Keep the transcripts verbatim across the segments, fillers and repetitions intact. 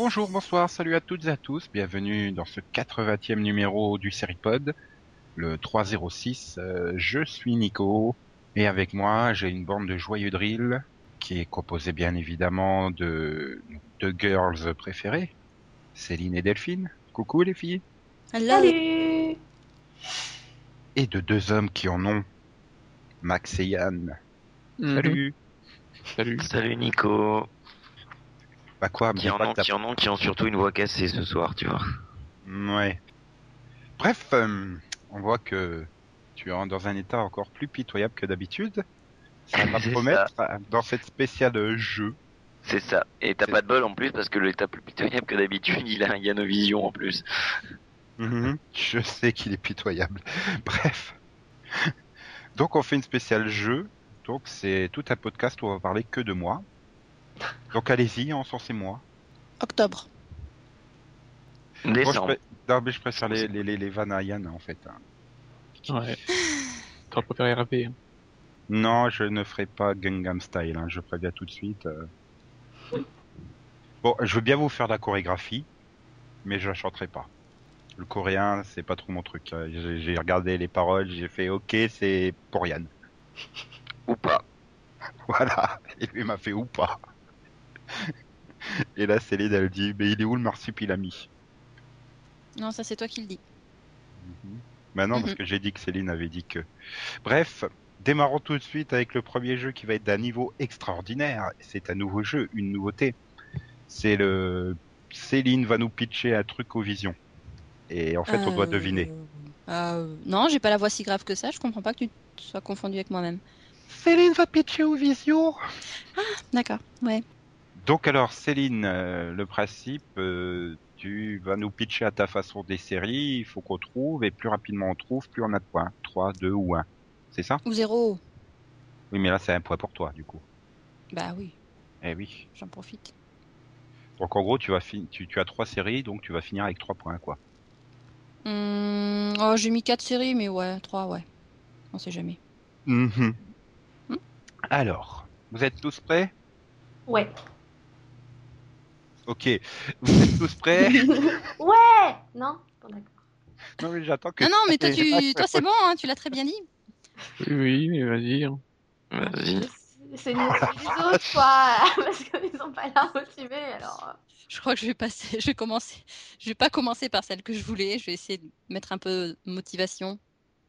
Bonjour, bonsoir, salut à toutes et à tous, bienvenue dans ce quatre-vingtième numéro du Seripod, le trois zéro six. Euh, je suis Nico, et avec moi j'ai une bande de joyeux drill, qui est composée bien évidemment de nos deux girls préférées, Céline et Delphine. Coucou les filles. Hello. Salut. Et de deux hommes qui en ont, Max et Yann. Mhm. Salut. Salut. Salut Nico. Bah quoi, me Qui dis en pas ont, que t'as... qui en ont, qui ont surtout une voix cassée ce soir, tu vois. Ouais. Bref, euh, on voit que tu es dans un état encore plus pitoyable que d'habitude. Ça va C'est promettre ça. dans cette spéciale jeu. C'est ça. Et t'as C'est- pas de bol en plus parce que l'état plus pitoyable que d'habitude, il a un Yanovision en plus. Mhm, je sais qu'il est pitoyable. Bref. Donc on fait une spéciale jeu. Donc c'est tout un podcast où on va parler que de moi. Donc allez-y, encensez-moi. Octobre. Bon, je, Décembre. pré- non, mais je préfère les, les, les, les vannes à Yann, en fait. hein. Ouais. T'aurais préféré rapper. Hein. Non, je ne ferai pas Gangnam Style, hein, je préviens tout de suite. euh. Bon, je veux bien vous faire la chorégraphie, mais je la chanterai pas. Le coréen, c'est pas trop mon truc. Euh, J'ai j'ai regardé les paroles, j'ai fait OK, c'est pour Yann. Ou pas. Voilà. Et lui m'a fait ou pas. Et là, Céline, elle dit, mais il est où le marsupilami? Non, ça c'est toi qui le dis. Mhm. Bah non, parce Mhm. que j'ai dit que Céline avait dit que. Bref, démarrons tout de suite avec le premier jeu qui va être d'un niveau extraordinaire. C'est un nouveau jeu, une nouveauté. C'est le Céline va nous pitcher un truc aux visions. Et en fait, on doit deviner. Euh... euh, Non, j'ai pas la voix si grave que ça. Je comprends pas que tu te sois confondu avec moi-même. Céline va pitcher aux visions. D'accord. Ouais. Donc alors, Céline, euh, le principe, euh, tu vas nous pitcher à ta façon des séries. Il faut qu'on trouve, et plus rapidement on trouve, plus on a de points. Trois, deux ou un. C'est ça? Ou zéro. Oui, mais là, c'est un point pour toi, du coup. Bah oui, Eh oui. j'en profite. Donc en gros, tu vas fin- tu, tu as trois séries, donc tu vas finir avec trois points, quoi. Hum, Oh, j'ai mis quatre séries, mais ouais, trois, ouais. On sait jamais. Mhm. Hmm. Alors, vous êtes tous prêts? Ouais. Ok. Vous êtes tous prêts? Ouais! Non? Bon, d'accord. Non, mais j'attends que Non, non, mais toi, les Max tu... me toi c'est bon, hein, tu l'as très bien dit. Oui, oui, mais vas-y. Hein. Vas-y. C'est c'est de motiver les autres, quoi. Parce qu'ils ont pas l'air motivés, alors. euh. Je crois que je vais passer, je vais commencer. Je vais pas commencer par celle que je voulais. Je vais essayer de mettre un peu de motivation.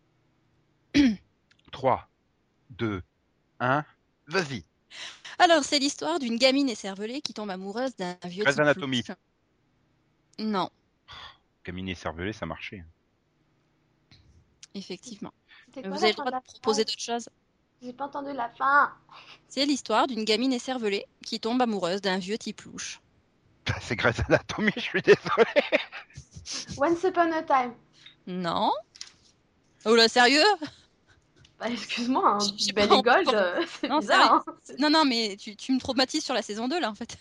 trois, deux, un, vas-y. Alors, c'est l'histoire d'une gamine écervelée qui tombe amoureuse d'un vieux Grey's type Anatomy. louche. Non, Camille cervelé, ça marchait. effectivement. C'était quoi Vous la avez le fin droit de de la proposer phrase? d'autres choses. J'ai pas entendu la fin. C'est l'histoire d'une gamine écervelée qui tombe amoureuse d'un vieux type louche. C'est Grey's Anatomy, je suis désolé. Once upon a time. Non? Oh là, sérieux? Bah, excuse-moi, hein. J'ai pas Ben et envie Gold, pour- euh, c'est Non, sérieux. bizarre, hein. Non, non, mais tu, tu me traumatises sur la saison deux, là, en fait.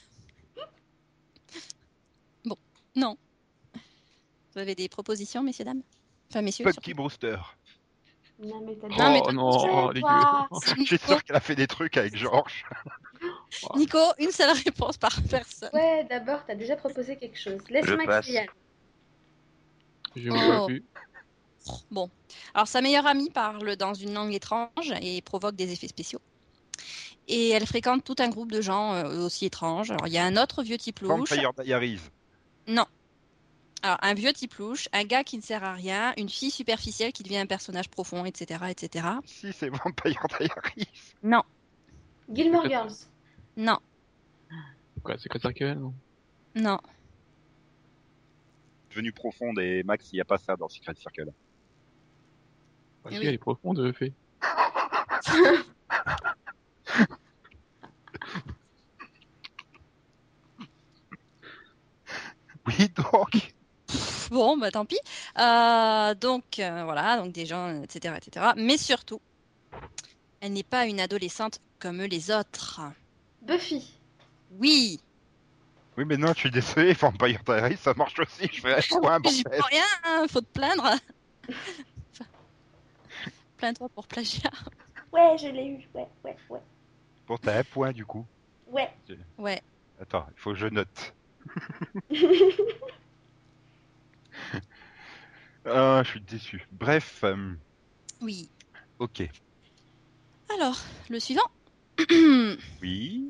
Bon, non. Vous avez des propositions, messieurs, dames? Enfin, messieurs, Punky surtout. Brewster. Non, mais t'as Non, mais Oh toi, non, Nico, oh, c'est dégueu. toi. Je suis Nico, sûr qu'elle a fait des trucs avec Georges. Nico, une seule réponse par personne. Ouais, d'abord, t'as déjà proposé quelque chose. Laisse Je Max passe. et Yann. Je me vois Oh, plus. bon. Alors, sa meilleure amie parle dans une langue étrange et provoque des effets spéciaux. Et elle fréquente tout un groupe de gens euh, aussi étranges. Alors, il y a un autre vieux type louche. Vampire Diaries. Non. Alors, un vieux type louche, un gars qui ne sert à rien, une fille superficielle qui devient un personnage profond, et cetera, et cetera. Si, c'est Vampire Diaries. Non, Gilmore Secret- Girls. non, Quoi, Secret Circle, non? non. Devenue profonde et Max, il n'y a pas ça dans Secret Circle. Ah, Eh si, oui. elle est profonde, fait. Oui, donc. Pff, Bon, bah tant pis. Euh, donc, euh, voilà, donc des gens, et cetera, et cetera. Mais surtout, elle n'est pas une adolescente comme les autres. Buffy. Oui, Oui, mais non, je suis désolé, Vampire Diaries, ça marche aussi. Je fais un point, j'y bordel. peux rien, hein, faut te plaindre. Enfin, plains-toi pour plagiat. Ouais, je l'ai eu. Ouais, ouais, ouais. Bon, t'as un point du coup. Ouais. Je- Ouais. Attends, il faut que je note. Ah, je suis déçu. Bref, euh, Oui. ok. Alors, le suivant. Oui.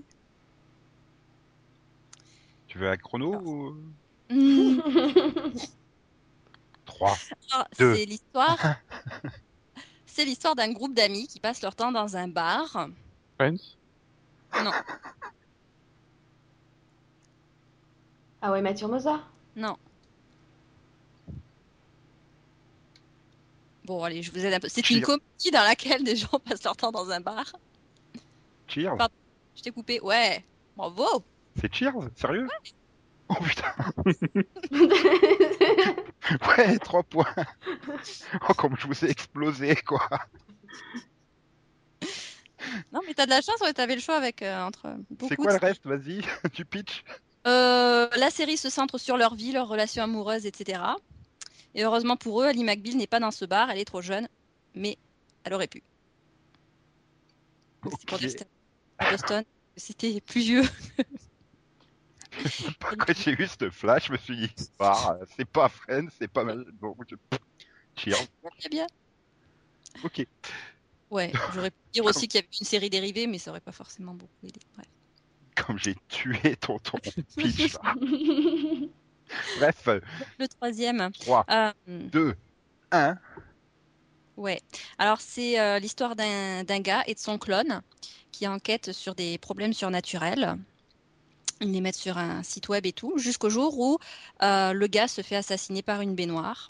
Tu veux un chrono Alors. ou... Hmm, trois, alors, deux. c'est l'histoire. C'est l'histoire d'un groupe d'amis qui passent leur temps dans un bar. Friends. Non, Ah ouais, Mathieu Mozart. non. Bon, allez, je vous aide un peu. C'est une Cheers. comédie dans laquelle des gens passent leur temps dans un bar. Cheers. Pardon, je t'ai coupé. Ouais, bravo. C'est Cheers? Sérieux? Oh putain. Ouais, trois points. Oh, comme je vous ai explosé, quoi. Non, mais t'as de la chance, ouais, t'avais le choix avec euh, entre C'est beaucoup quoi de... le reste? Vas-y, tu pitch. Euh, la série se centre sur leur vie, leurs relations amoureuses, et cetera. Et heureusement pour eux, Ali McBeal n'est pas dans ce bar, elle est trop jeune, mais elle aurait pu. Donc c'est pour Ok. dire que c'était à Boston, que c'était plus vieux. Quand j'ai eu ce flash, je me suis dit, ah, c'est pas Friends, c'est pas mal. Bon, je... Cheers. Très bien. Ok. Ouais, j'aurais pu dire aussi qu'il y avait une série dérivée, mais ça aurait pas forcément beaucoup aidé. Bref. Comme j'ai tué ton, ton pitch, là. Bref, Le troisième. trois, euh, deux, un. ouais. Alors c'est euh, l'histoire d'un d'un gars et de son clone qui enquête sur des problèmes surnaturels. Ils les mettent sur un site web et tout, jusqu'au jour où euh, le gars se fait assassiner par une baignoire.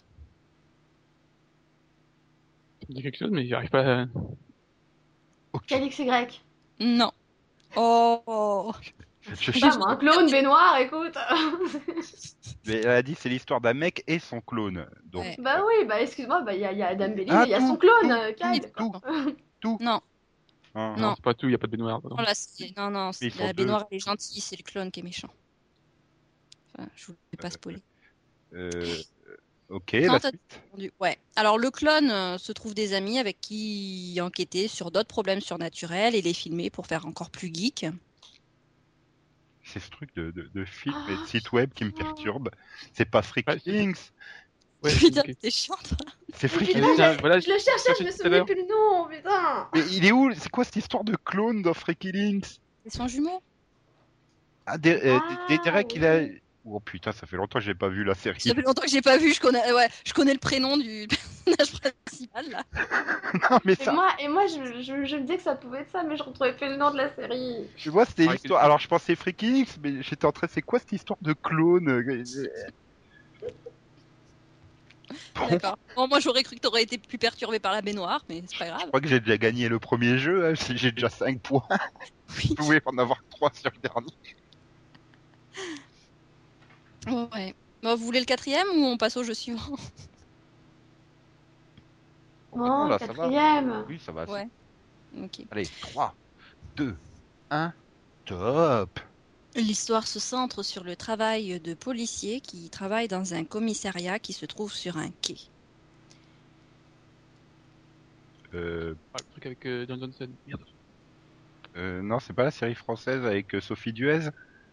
Ça me dit quelque chose, mais j'arrive pas à... Ok. Calix et grec. Non. Oh. Je Bah, cherche. moi, un clone, baignoire, écoute. Mais elle a dit c'est l'histoire d'un mec et son clone. Donc. Ouais. Bah oui, bah excuse-moi, bah il y a, y a Adam Bellin Ah, et il y a tout, son clone, tout, euh, Kyle, tout, quoi. tout. Non. Ah, Non. Non, c'est pas tout, il y a pas de baignoire. pardon. Non, là, c'est- non, non, Mais ils c'est- sont la deux. baignoire elle est gentille, c'est le clone qui est méchant. Enfin, je voulais pas spoiler. Euh, ok, la Non, t'as suite. entendu. Ouais. Alors le clone euh, se trouve des amis avec qui enquêter sur d'autres problèmes surnaturels et les filmer pour faire encore plus geek. C'est ce truc de, de, de film et de Ah, site web qui me putain. perturbe. C'est pas Freaky Ouais, c'est- Links, Ouais, Putain, ok. c'est chiant, toi. c'est Mais Freaky putain, Links. Tiens, j'ai- voilà, je le cherchais, je me tout à souvenais l'heure. plus le nom, putain. Mais il est où? C'est quoi cette histoire de clone dans Freaky Links? C'est son jumeau. Ah, des, euh, Ah, des, Derek, il a. oui. Oh putain, ça fait longtemps que j'ai pas vu la Ça série. fait longtemps que j'ai pas vu. Je connais, ouais, je connais le prénom du personnage principal là. Non, mais Et ça. moi, et moi je, je, je me disais que ça pouvait être ça, mais je retrouvais plus le nom de la série. Tu vois, c'était Ah, l'histoire. que- Alors, je pensais Freaky Links, mais j'étais en train. C'est quoi cette histoire de clone? euh, Bon, D'accord. Bon, moi j'aurais cru que t'aurais été plus perturbé par la baignoire, mais c'est pas je grave. crois que j'ai déjà gagné le premier jeu. Hein, si j'ai déjà cinq points. Oui. Vous pouvez en avoir trois sur le dernier. Ouais. Bon, vous voulez le quatrième ou on passe au jeu suivant? Oh, bah non, Oh, là, ça va. quatrième. Oui, ça va. assez. Ouais. Ok. Allez, trois, deux, un, top. L'histoire se centre sur le travail de policiers qui travaillent dans un commissariat qui se trouve sur un quai. Euh, Ah, le truc avec euh, John Johnson. Merde. euh, non, c'est pas la série française avec euh, Sophie Duez.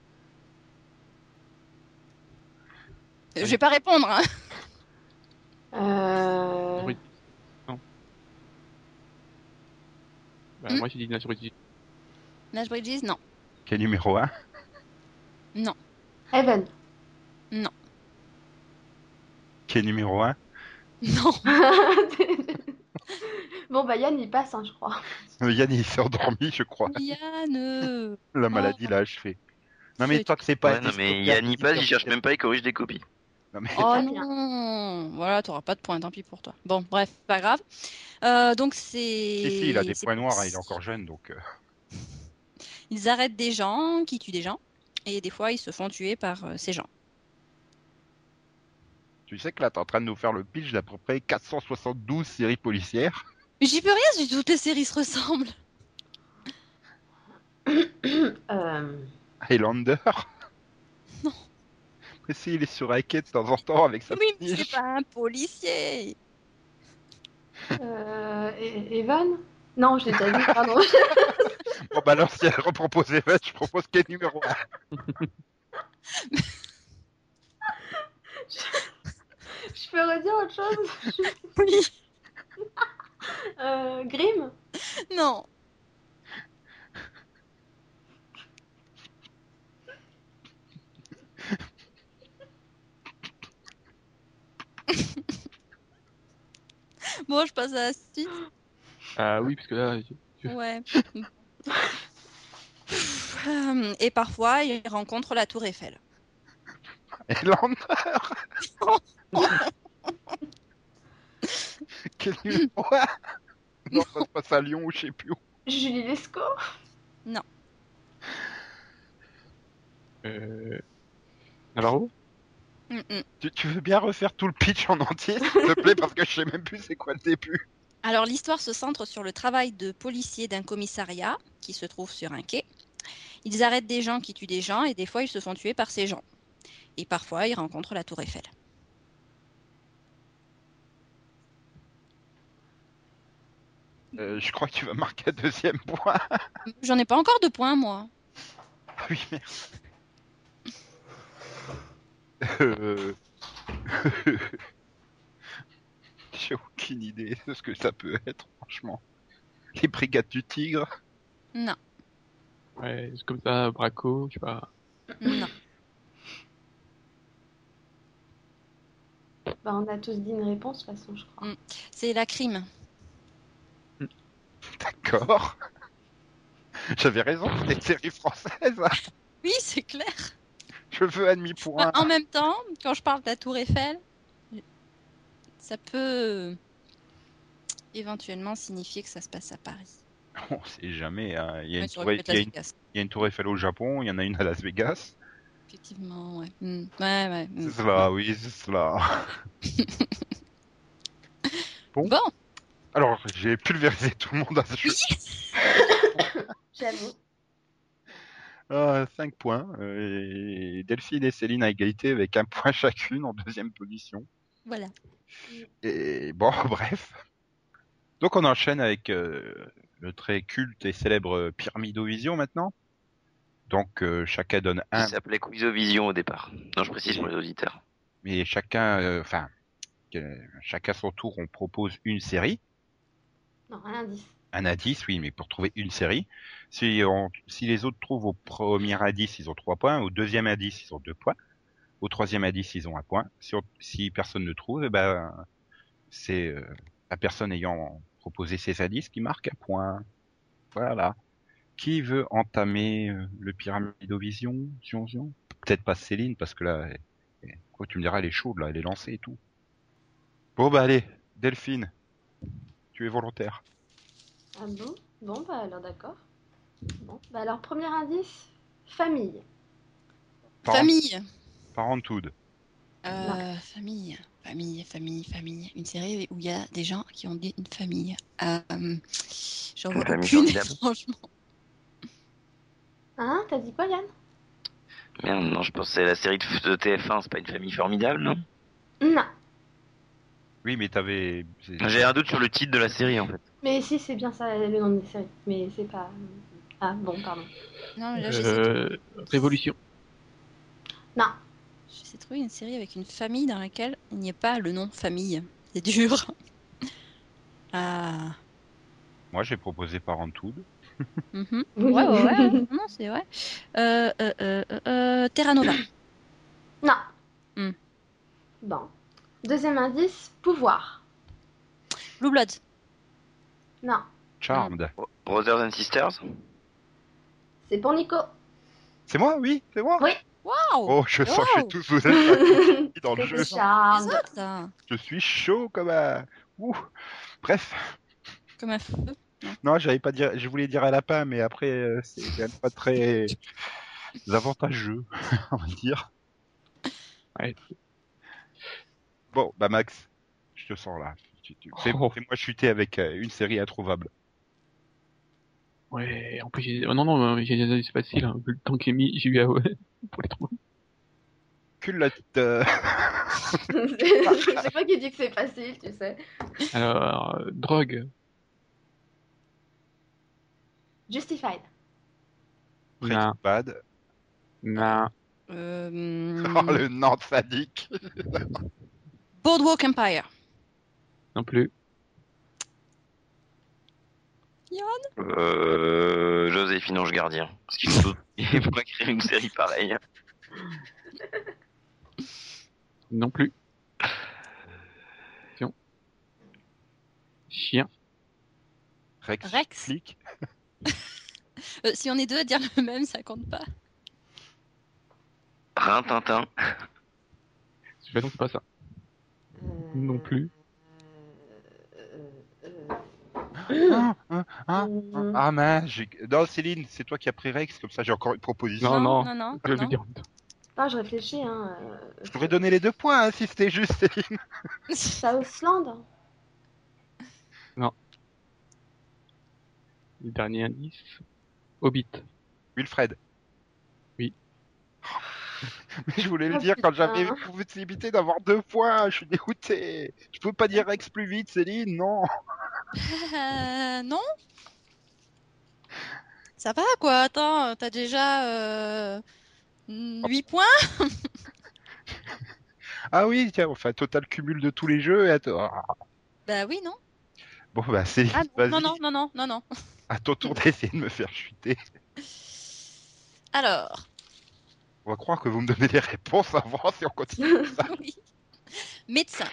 Euh, Je vais pas répondre, hein. Euh... Nash Bridges. Non. Bah, Hmm. moi, j'ai dit Nash Bridges. Nash Bridges, non. Qui est numéro un. Non. Evan. Qui est numéro un. Non. Bon, bah Yann, il passe, hein, je crois. Euh, Yann, il s'est endormi, je crois. Yann. euh, La maladie Oh. l'a achevé. Non, mais C'est- tant que c'est pas... Ouais, non, mais Yann y passe, il cherche même pas, il corrige des copies. Non, mais... Oh Très bien. non. Voilà, t'auras pas de points, tant pis pour toi. Bon, bref, pas grave. Euh, donc c'est. Si, si, il a des c'est- points noirs, hein, il est encore jeune, donc... euh, Ils arrêtent des gens qui tuent des gens, et des fois ils se font tuer par euh, ces gens. Tu sais que là, t'es en train de nous faire le pitch d'à peu près quatre cent soixante-douze séries policières. Mais j'y peux rien si toutes les séries se ressemblent. euh... Highlander. Non. Mais si, il est sur un quai de temps en temps avec sa Oui, mais petite c'est pas un policier. Euh... E- Evan. Non, je l'ai déjà vu, pardon. Bon, bah alors, si elle repropose Evan, je propose quel numéro un. Je peux redire autre chose? Oui. Euh, Grimm? Non. Bon, je passe à la suite. Ah oui, parce que là, je- Ouais. Euh, Et parfois, il rencontre la Tour Eiffel. Et Lander. Quel numéro? Non, ça se passe à Lyon ou je sais plus où. Julie Lescaut? euh... Navarro? Mm, mm. Tu, tu veux bien refaire tout le pitch en entier, s'il te plaît, parce que je sais même plus c'est quoi le début. Alors, l'histoire se centre sur le travail de policiers d'un commissariat qui se trouve sur un quai. Ils arrêtent des gens qui tuent des gens et des fois, ils se font tuer par ces gens. Et parfois, ils rencontrent la Tour Eiffel. Euh, je crois que tu vas marquer un deuxième point. J'en ai pas encore de points, moi. Ah oui, merde. Euh... J'ai aucune idée de ce que ça peut être, franchement. Les Brigades du Tigre? Non, Ouais, c'est comme ça, Braco, je sais pas. non. Bah, on a tous dit une réponse, de toute façon, je crois. Mm. C'est la crime. D'accord. J'avais raison, c'était une série française. Oui, c'est clair. Je veux un demi-point. En même temps, quand je parle de la Tour Eiffel, ça peut éventuellement signifier que ça se passe à Paris. On sait jamais. Hein. Il, y a Ouais, une ça tour... aurait pu être il, y a Las une... Vegas. il y a une tour Eiffel au Japon, il y en a une à Las Vegas. Effectivement, ouais. Mm. Ouais, ouais. mm. C'est cela, oui, c'est cela. Bon. Bon, Alors, j'ai pulvérisé tout le monde à ce jeu. J'avoue. Euh, cinq points. Euh, et Delphine et Céline à égalité avec un point chacune en deuxième position. voilà. Et bon, bref. Donc on enchaîne avec euh, le très culte et célèbre Pyramidovision maintenant. Donc euh, chacun donne Il un, s'appelait Quizovision au départ. Non, je précise pour les auditeurs. mais chacun, euh, enfin, euh, chacun son tour, on propose une série. Non, un indice. Un indice, oui, mais pour trouver une série. Si, on, si les autres trouvent au premier indice, ils ont trois points. Au deuxième indice, ils ont deux points. Au troisième indice, ils ont un point. Si, on, si personne ne trouve, eh ben, c'est euh, la personne ayant proposé ces indices qui marque un point. Voilà. Qui veut entamer euh, le Pyramidovision, Zion, Zion Peut-être pas Céline, parce que là, elle- quoi, tu me diras, elle est chaude, là, elle est lancée et tout. Bon, bah allez, Delphine, tu es volontaire. Ah bon? Bon, bah alors d'accord. Bon, bah alors premier indice, famille. Parent- Famille. Parenthood. Euh, famille. Famille, famille, famille. Une série où il y a des gens qui ont des- une famille. Euh, J'en Une vois famille aucune, formidable. franchement. Hein? T'as dit quoi, Yann? Merde, non, je pensais à la série de, de T F un, c'est pas une famille formidable, non? Non. Oui, mais t'avais... c'est- J'ai un doute sur le titre de la série, en fait. Mais si, c'est bien ça le nom de série. Mais c'est pas. Ah bon, pardon. Non, mais là, j'essaie de... Euh... Révolution. Non. j'essaie de trouver une série avec une famille dans laquelle il n'y ait pas le nom famille. C'est dur. Ah. Moi, j'ai proposé Parenthood. Mhm. Ouais, ouais, ouais. Non, c'est vrai. Euh, euh, euh, euh, euh, Terra Nova. Non. Hmm. Bon. Deuxième indice, pouvoir. Blue Blood. Non. Charmed. Brothers and Sisters? C'est pour Nico. C'est moi, oui, c'est moi. Oui. Waouh. Oh, je sens que Wow. je suis tous vous êtes dans le C'était jeu. Les Charmed. autres, ça. Je suis chaud comme un... Ouh. Bref. Comme un feu. Non, j'avais pas dire, je voulais dire un lapin, mais après, euh, c'est quand même pas très avantageux, on va dire. Ouais. Bon, bah Max, je te sens là. Tu, tu, fais, Oh. fais-moi chuter avec euh, une série introuvable. Ouais, en plus, j'ai... Oh, non, non, j'ai... c'est facile, hein. Vu le temps que j'ai mis, j'ai eu à... Ouais, pour les trouver. Culotte. euh, C'est pas qui dit que c'est facile, tu sais. Alors, euh, drogue. Justified. Breaking Non, Bad. non. Euh, Oh, le Nantes sadique. Boardwalk Empire. Non plus. Euh, Joséphine Ange Gardien. Parce qu'il faut, il faut pas créer une série pareille. Non plus. Attention. Chien. Rex. Rex. Flic. Euh, si on est deux à dire le même, ça compte pas. Rintintin. Je non, c'est pas ça. Non plus. Ah, ah, ah, ah, ah, mince, j'ai- non, Céline, c'est toi qui as pris Rex, comme ça j'ai encore une proposition. Non, non. non, non, Je vais non. le dire. Non, je réfléchis. Hein. euh, Je pourrais donner les deux points hein, si c'était juste, Céline. Southland. Le dernier indice. Hobbit. Wilfred. Oui. Mais je voulais le Oh, dire quand putain. j'avais possibilité d'avoir deux points, je suis dégoûté. Je peux pas dire Rex plus vite, Céline, non. Euh, non. Ça va quoi? Attends, t'as déjà euh, huit points? Ah oui, tiens, enfin, total cumul de tous les jeux. Et attends. Ah. Bah oui, non? Bon, bah, Céline, Ah vas-y. non, non, non, non, non, non. À ton tour d'essayer de me faire chuter. Alors, On va croire que vous me donnez des réponses avant si on continue comme ça. oui. Médecin.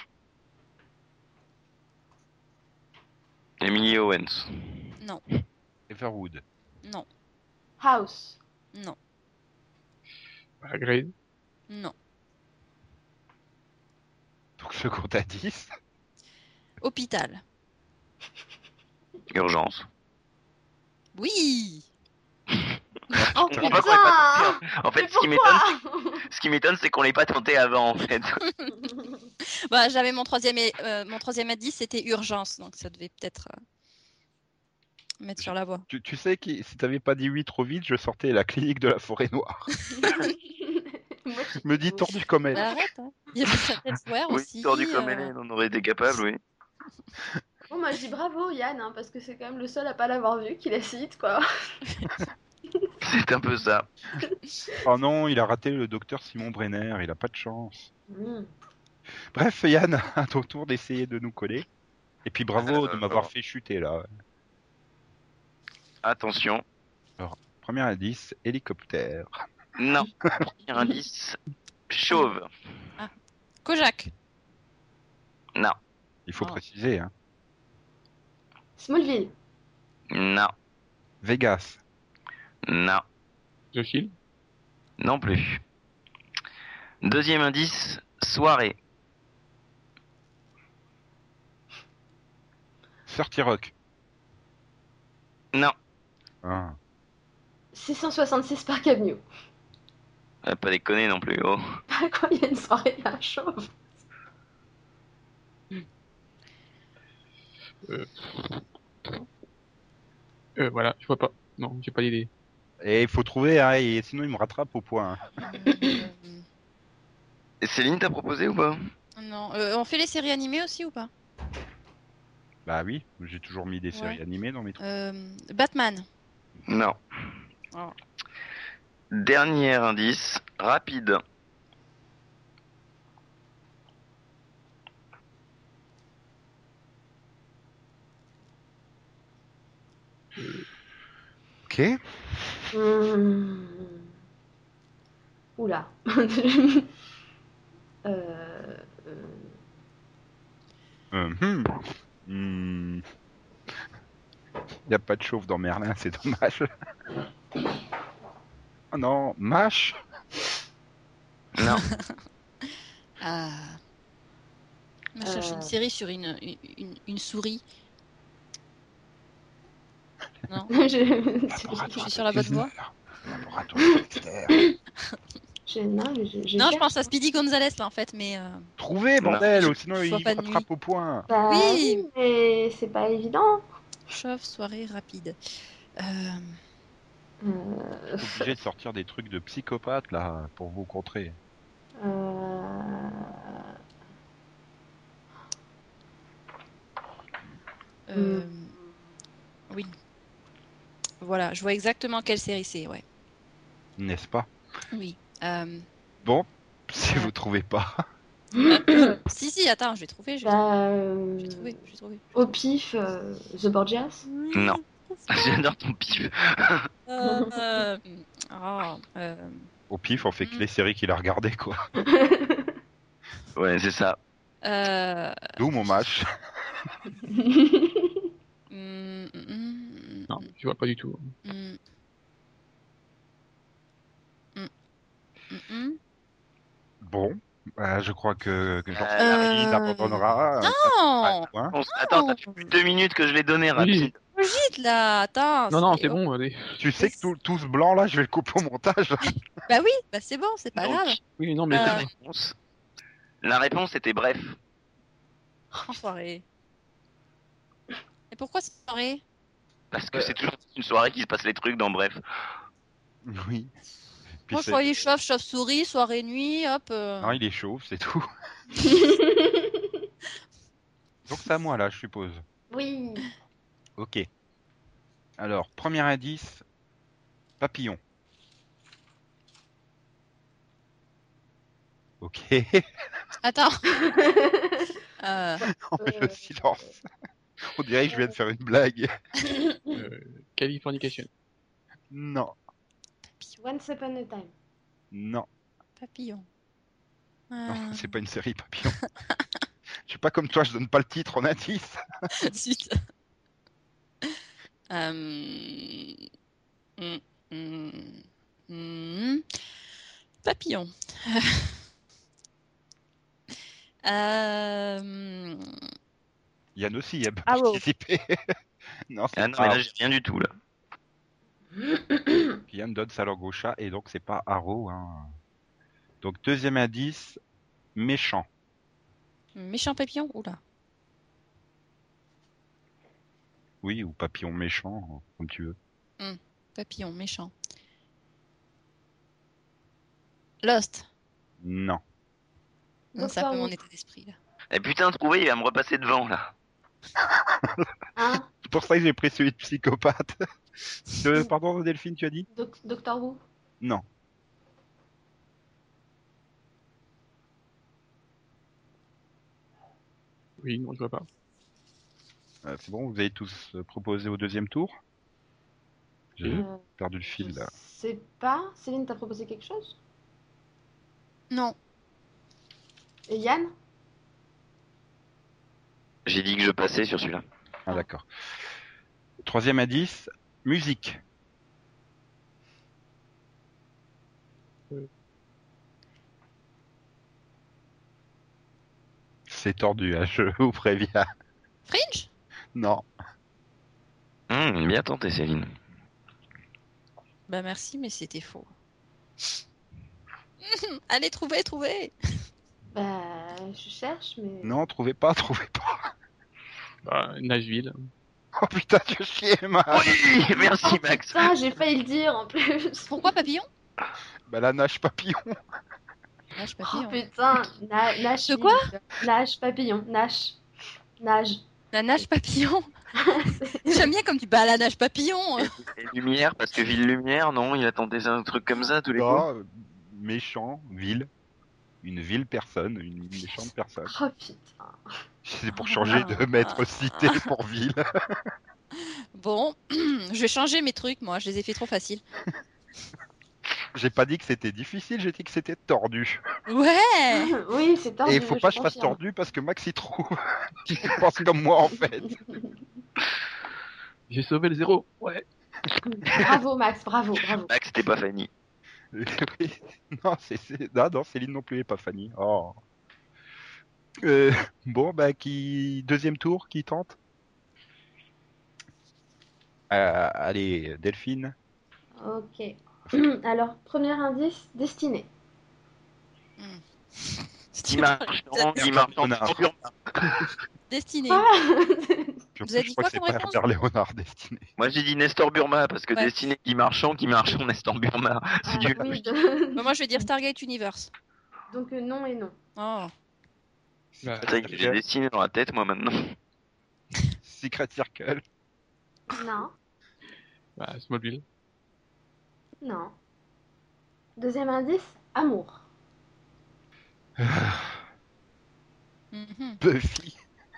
Emily Owens. Non, Everwood. non, House. non, Bah, Grey. non. Donc, second indice. Hôpital. Urgence. Oui. Oh Je comprends pas qu'on l'ait pas tenté. putain. En fait, Mais ce qui m'étonne, pourquoi ce qui m'étonne, c'est qu'on l'ait pas tenté avant, en fait. Bah, j'avais mon troisième, et- euh, mon troisième indice, c'était urgence, donc ça devait peut-être euh, mettre sur la voie. Tu, tu sais que si t'avais pas dit oui trop vite, je sortais la clinique de la forêt noire. Moi, je- Me dit tordu comme elle. Bah, arrête, hein. Il y avait certaines Square Oui, aussi. tordu comme euh, elle est, on aurait été capable, oui. Bon, moi je dis bravo Yann, hein, parce que c'est quand même le seul à pas l'avoir vu qui la cite, quoi. C'est un peu ça. Oh non, il a raté le docteur Simon Brenner, il a pas de chance. Mm. Bref, Yann, à ton tour d'essayer de nous coller. Et puis bravo de Euh, m'avoir alors. fait chuter là. Attention. Premier indice, hélicoptère. Non. Premier indice. Chauve. Kojak. Non. Il faut Oh. préciser, hein. Smallville. Non. Vegas. Non. The Shield. Non plus. Deuxième indice. Soirée. thirty Rock. Non. Ah. six cent soixante-six Park Avenue. Euh, Pas déconner non plus, oh. Bah quoi, il y a une soirée à chauve. Euh... euh, voilà, je vois pas. Non, j'ai pas d'idée. Et il faut trouver, hein, et sinon il me rattrape au point. Euh, Et Céline, t'as proposé ou pas? non. Euh, on fait les séries animées aussi ou pas? Bah oui, j'ai toujours mis des séries Ouais. animées dans mes trucs. Euh, Batman. Non. Oh. Dernier indice. Rapide. Ok. Hmm. Oula. euh... Euh, hmm. Hmm. Y a pas de chauve dans Merlin, c'est dommage. Oh non, Mash. Non. Ah. On cherche Euh. une série sur une, une, une, une souris. Non, je... je suis sur la bonne voie. Laboratoire Dexter. je... Non, mais je, je Non, je cherche. pense à Speedy Gonzalez là en fait, mais euh, Trouvez, Non. bordel, Je- ou sinon je il vois me pas de rattrape nuit. au point. Bah, Oui. oui, mais c'est pas évident. chauve, soirée rapide. Euh, Euh... Je suis obligé de sortir des trucs de psychopathe là pour vous contrer. Euh... euh, oui. Voilà, je vois exactement quelle série c'est, ouais. N'est-ce pas? Oui. Euh, Bon, si Voilà. vous trouvez pas. Euh, si, si, attends, je vais trouver. Je vais trouver. Bah, Je euh, vais trouver. Je vais trouver. au pif, euh, The Borgias. Non. J'adore ton pif. Euh, euh, oh, euh, Au pif, on fait que hmm, les séries qu'il a regardées, quoi. Ouais, c'est ça. euh, D'où mon match. hmm, hmm, Non, je vois pas du tout. hmm, hmm, hmm, hmm. Bon, bah, je crois que, que Euh, Jean-Pierre Euh, abandonnera. Non, Point. On s- Attends, ça non, fait plus de deux minutes que je l'ai donné, rapide. Oui. vite là, attends. Non, non, c'est- c'est oh, bon, allez. Tu sais que tout, tout ce blanc là, je vais le couper au montage. Bah oui, bah c'est bon, c'est pas Donc, grave. Oui, non, mais Euh, la c'est bon. réponse, la réponse était bref. Enfoiré. Et pourquoi c'est soirée? Parce que Euh. c'est toujours une soirée qui se passe les trucs dans bref. Oui. Puis Moi je c'est- croyais chauve, chauve-souris, soirée, nuit, hop. euh. Non, il est chauve, c'est tout. Donc c'est à moi là, je suppose. Oui. Ok. Alors, premier indice, papillon. Ok. Attends. Euh, Oh, le silence. On dirait que je viens de faire une blague. Euh, Californication. Non, Once Upon a Time. non, Papillon. non, Euh, c'est pas une série papillon. Je suis pas comme toi, je donne pas le titre en indice. Zut. Euh, hmm, hmm, hmm. Papillon. Euh, Yann aussi a Arrow. participé. Non, c'est Ah non, mais pas. là, j'ai rien du tout, là. Yann donne sa langue au chat et donc c'est pas Arrow. Hein. Donc deuxième indice, méchant. Méchant papillon. Oula. Oui, ou papillon méchant, comme tu veux. Papillon, méchant. Lost. Non. Non, c'est un peu Doctor mon Who. état d'esprit là. Eh putain, trouvé, il va me repasser devant, là. Hein? C'est pour ça que j'ai pris celui de psychopathe. Euh, pardon, Delphine, tu as dit? Doc- Doctor Who. Non. Oui, non, je vois pas. Euh, c'est bon, vous avez tous euh, proposé au deuxième tour? J'ai Euh, perdu le je fil là. sais pas. Céline, t'as proposé quelque chose? Non. Et Yann? J'ai dit que je passais sur celui-là. Ah d'accord. Troisième indice, musique. Euh. C'est tordu, hein, je vous préviens. Fringe. Non. Hum, bien tenté, Céline. Bah merci, mais c'était faux. Allez, trouvez, trouvez. Bah, je cherche, mais. Non, trouvez pas, trouvez pas. Bah, Nashville. Oh putain, tu chier, ma. Oui, merci, Oh Max. putain, j'ai failli le dire en plus. Pourquoi papillon? Bah la nage papillon. Nage Oh papillon. putain, Na- Nash. De quoi? Nage papillon, Nash. Nage. La nage papillon. J'aime bien comme tu bah la nage papillon. Et, et Lumière, parce que Ville Lumière, non, il a tenté un truc comme ça tous les coups. Non, euh, méchant, ville. Une ville personne, une méchante personne. Oh putain. C'est pour changer de maître cité pour ville. Bon, je vais changer mes trucs, moi. Je les ai fait trop faciles. J'ai pas dit que c'était difficile, j'ai dit que c'était tordu. Ouais. Oui, c'est tordu. Et il faut pas que je fasse confirme. tordu parce que Max y trouve. Qui pense comme moi en fait. J'ai sauvé le zéro. Ouais. Bravo Max, bravo, bravo. Max, t'es pas Fanny. Oui. Non, c'est, c'est... Ah, non, Céline non plus et pas Fanny. Oh. Euh, bon, bah, qui. Deuxième tour, qui tente Euh, Allez, Delphine. Ok. Alors, premier indice, destinée. Guy Marchand, Guy Marchand, Léonard. Destinée. Ah Puis en Vous avez plus, je dit crois quoi que c'est comme pas réponse? Herbert Léonard destiné. Moi j'ai dit Nestor Burma parce que Ouais. destiné Guy Marchand, Guy Marchand, Nestor Burma. C'est du oui, logique. de- Bah, moi, je vais dire Stargate Universe. Donc euh, non et non. Oh. Bah, Ça y est, j'ai dessiné dans la tête moi maintenant. Secret Circle. Non, bah, Smallville. non. Deuxième indice, amour. Mhm. Buffy.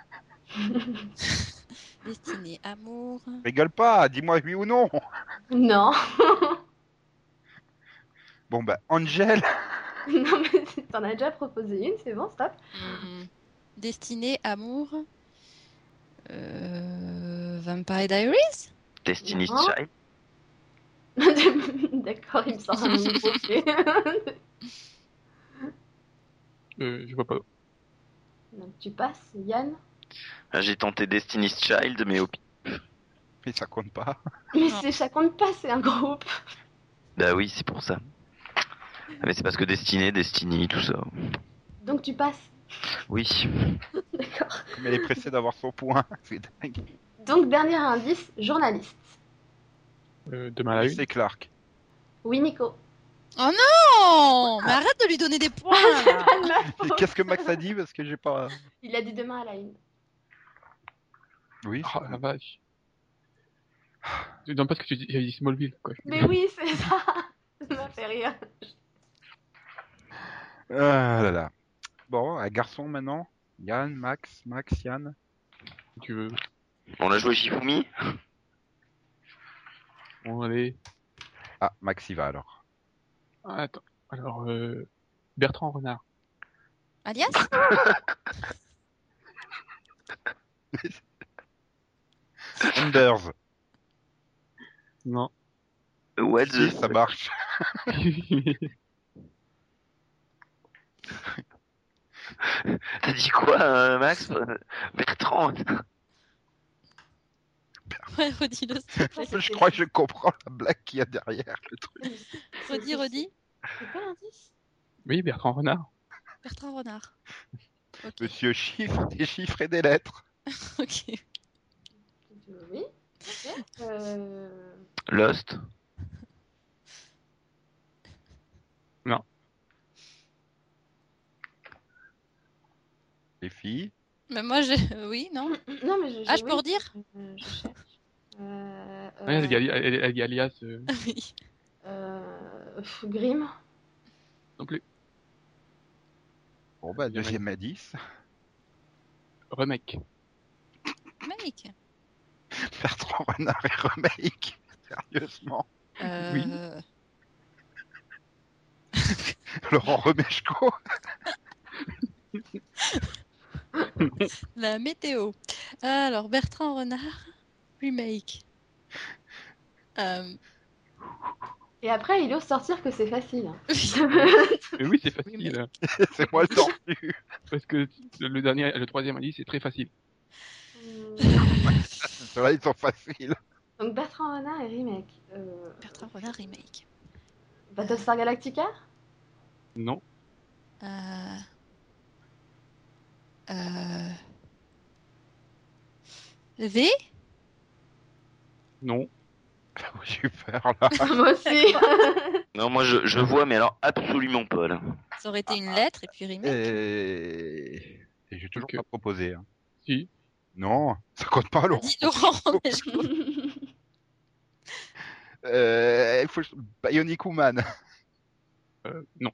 Destinée, amour. Rigole pas, dis-moi oui ou non. Non. Bon bah, Angel. Non, mais t'en as déjà proposé une, c'est bon, stop. Hmm. Destinée, amour. Euh, Vampire Diaries? Destiny's Non. Child. D'accord, il me sort un nouveau fait. Euh, je vois pas. Donc tu passes, Yann. Ah, J'ai tenté Destiny's Child, mais au pire. Mais ça compte pas. Mais Non. c'est ça compte pas, c'est un groupe. Bah oui, c'est pour ça. Ah, mais c'est parce que Destiné, Destiny, tout ça. Donc tu passes. Oui. D'accord. Comme elle est pressée d'avoir son point. C'est dingue. Donc dernier indice, journaliste. Euh, demain à la une. C'est Clark. Oui, Nico. Oh non! Mais arrête de lui donner des points Ah, c'est là. pas de ma Et faute. qu'est-ce que Max a dit parce que j'ai pas. Il a dit demain à la une. Oui. Oh la vache. Non, parce que tu dis, j'avais dit Smallville, quoi. Mais oui, c'est ça. Ça m'a fait rire. Ah là là. Bon, un garçon maintenant. Yann, Max, Max, Yann. Si tu veux. On a joué Shifumi. Bon, allez. Ah, Max y va alors. Ah, attends. Alors, euh, Bertrand Renard. Alias? Anders. Non. What the... Si, ça marche. T'as dit quoi, euh, Max? Bertrand. Ouais, redis-le, s'il te plaît. Je crois que je comprends la blague qu'il y a derrière le truc. Redis, redis. C'est quoi l'indice? Oui, Bertrand Renard. Bertrand Renard. Ok. Monsieur chiffre, des chiffres et des lettres. Ok. Oui. Ok. Euh... Lost. Les filles. Mais moi, je. Oui, non? Non, mais je, Ah, je- je peux oui, redire? euh, je cherche. Euh, Ouais, elle, euh, dit Ali- elle, elle dit alias euh, Oui. euh, pff, Grimm. non plus. Bon bah, Bien, deuxième indice. Remake. Mec. Bertrand Renard et remake. Sérieusement. Euh... Laurent Remeshko. La météo. Alors, Bertrand Renard, remake. Euh... Et après, il ose sortir que c'est facile. hein. Mais oui, c'est facile. Remake. hein, C'est moi le tordu. Parce que le dernier, le troisième indice, c'est très facile. Hum, Ceux-là, ils sont faciles. Donc Bertrand Renard et remake. Euh... Bertrand Renard, remake. Battlestar Galactica. Non. Euh... Euh... V? Non. J'ai eu peur là. Moi aussi. Non, moi je, je vois, mais alors absolument pas là. Ça aurait été une lettre et puis remake. Et, et j'ai toujours Ok. pas proposé. hein. Si. Non, ça compte pas, T'as Laurent. dit Laurent Romeshko. Euh, il faut... Bionic Woman. Euh, non.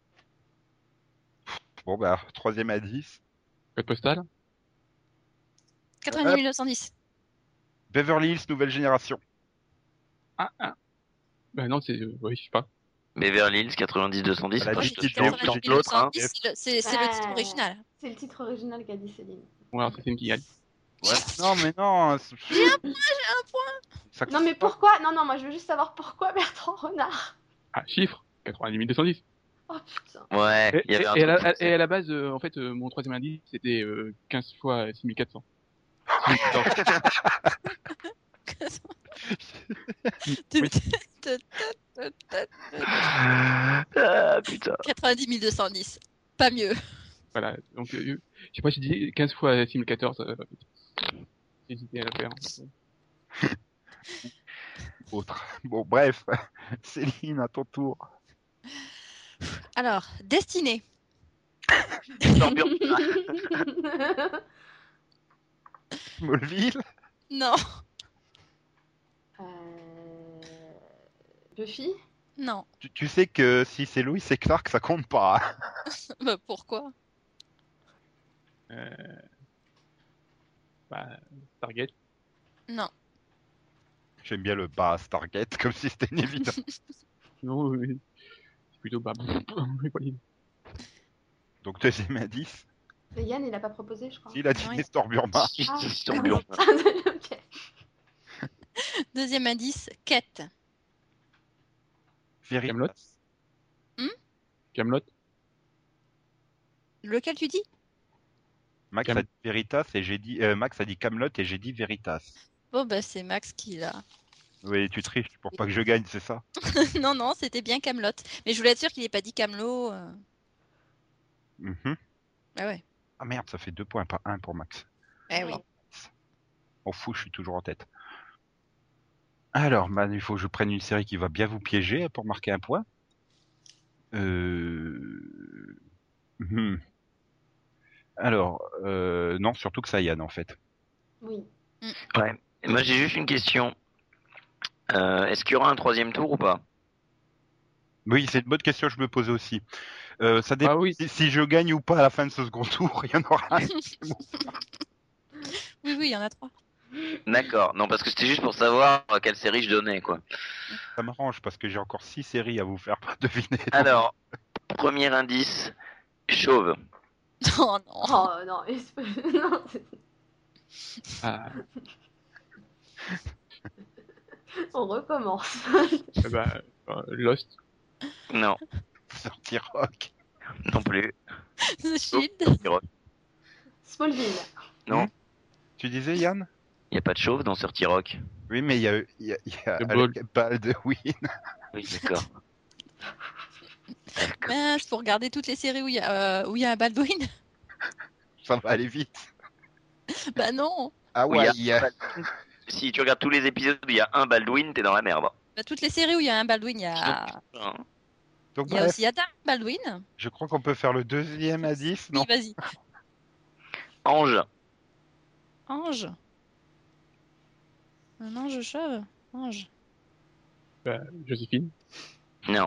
Bon bah, troisième indice. Code postal. quatre-vingt-dix mille neuf cent dix. Beverly Hills, nouvelle génération. Ah, ah. Ben non, c'est. Euh, oui, je sais pas. Beverly Hills quatre-vingt-dix deux cent dix. Elle a attends, dit je te Kid sors- Joe, je te j'ai quatre-vingt-dix sors mille neuf l'autre, cent hein. dix, c'est le- c'est c'est le titre Ouais. original. C'est le titre original qu'a dit Céline. Bon, alors, ça, c'est une qui gagne. Ouais. Non, mais non. c'est- J'ai un point, j'ai un point. Ça Non, mais compte pas. pourquoi? Non, non, moi je veux juste savoir pourquoi Bertrand Renard. Ah, chiffre. quatre-vingt-dix mille deux cent dix. Oh putain. Ouais, Et, il y avait et- un et à truc la, comme et ça. à la base, euh, en fait, euh, mon troisième indice, c'était euh, quinze fois six mille quatre cents. six mille quatorze. Oui. Ah putain. quatre-vingt-dix mille deux cent dix. Pas mieux. Voilà. Donc, euh, je sais pas, j'ai dit quinze fois six mille quatorze. Euh, j'ai hésité à la faire. Autre. Bon, bref. Céline, à ton tour. Alors, Destinée. L'ambiance. Smallville. Non. Euh... Buffy. Non. Tu, tu sais que si c'est Louis et Clark, ça compte pas. Bah, pourquoi? Euh... Bah, Stargate. Non. J'aime bien le bas Stargate, comme si c'était une évidence. Non, oui. C'est plutôt bah. j'ai pas dit. Donc deuxième indice, Mais Yann, il a pas proposé, je crois. s'il a dit Non, il- Nestor Burma. Ah, Sur ah Burma. oui. Ok. Deuxième indice, quête. Camelot. Veritas. Camelot. Lequel tu dis? Max Cam- a dit Veritas et j'ai dit euh, Max a dit Camelot et j'ai dit Veritas. Bon, bah, c'est Max qui l'a. Oui, tu triches pour pas que je gagne, c'est ça? non, non, c'était bien Camelot. Mais je voulais être sûre qu'il n'ait pas dit Camelot. euh. Mhm. Ah ouais. Ah merde, ça fait deux points, pas un pour Max. Eh oui. On fout, je suis toujours en tête. Alors, man, il faut que je prenne une série qui va bien vous piéger pour marquer un point. Euh... hmm. Alors, euh... non, surtout que ça Yann en fait. Oui. Ouais. Et moi, j'ai juste une question. Euh, est-ce qu'il y aura un troisième tour ou pas? Oui, c'est une bonne question, je me posais aussi. Euh, ça dépend Ah oui. si, si je gagne ou pas à la fin de ce second tour, il y en aura un. Oui, oui, il y en a trois. D'accord. Non, parce que c'était juste pour savoir euh, quelle série je donnais, quoi. Ça m'arrange parce que j'ai encore six séries à vous faire deviner. donc- Alors, premier indice, chauve. Oh non. Oh non, il se- non, c'est- Ah, on recommence. eh bah, euh, Lost. Non, Sorti rock. non plus. The Shield. Smallville. Non, Hmm. Tu disais Yann? il n'y a pas de chauve dans Sorty Rock. Oui, mais il y a, il y a, il y a Le Alec Baldwin. Oui, d'accord. D'accord. Mince, pour regarder toutes les séries où il y a, euh, où il y a un Baldwin. Ça va aller vite. Bah non. Ah Oui, ouais, il y a un Baldwin. Si tu regardes tous les épisodes où il y a un Baldwin, t'es dans la merde. Bah, toutes les séries où il y a un Baldwin, il y a, Hein. donc il y a bref, aussi Adam Baldwin. je crois qu'on peut faire le deuxième indice, non? Oui, vas-y. Ange. Ange. Un ange chauve. Ange. Bah, Joséphine. Non.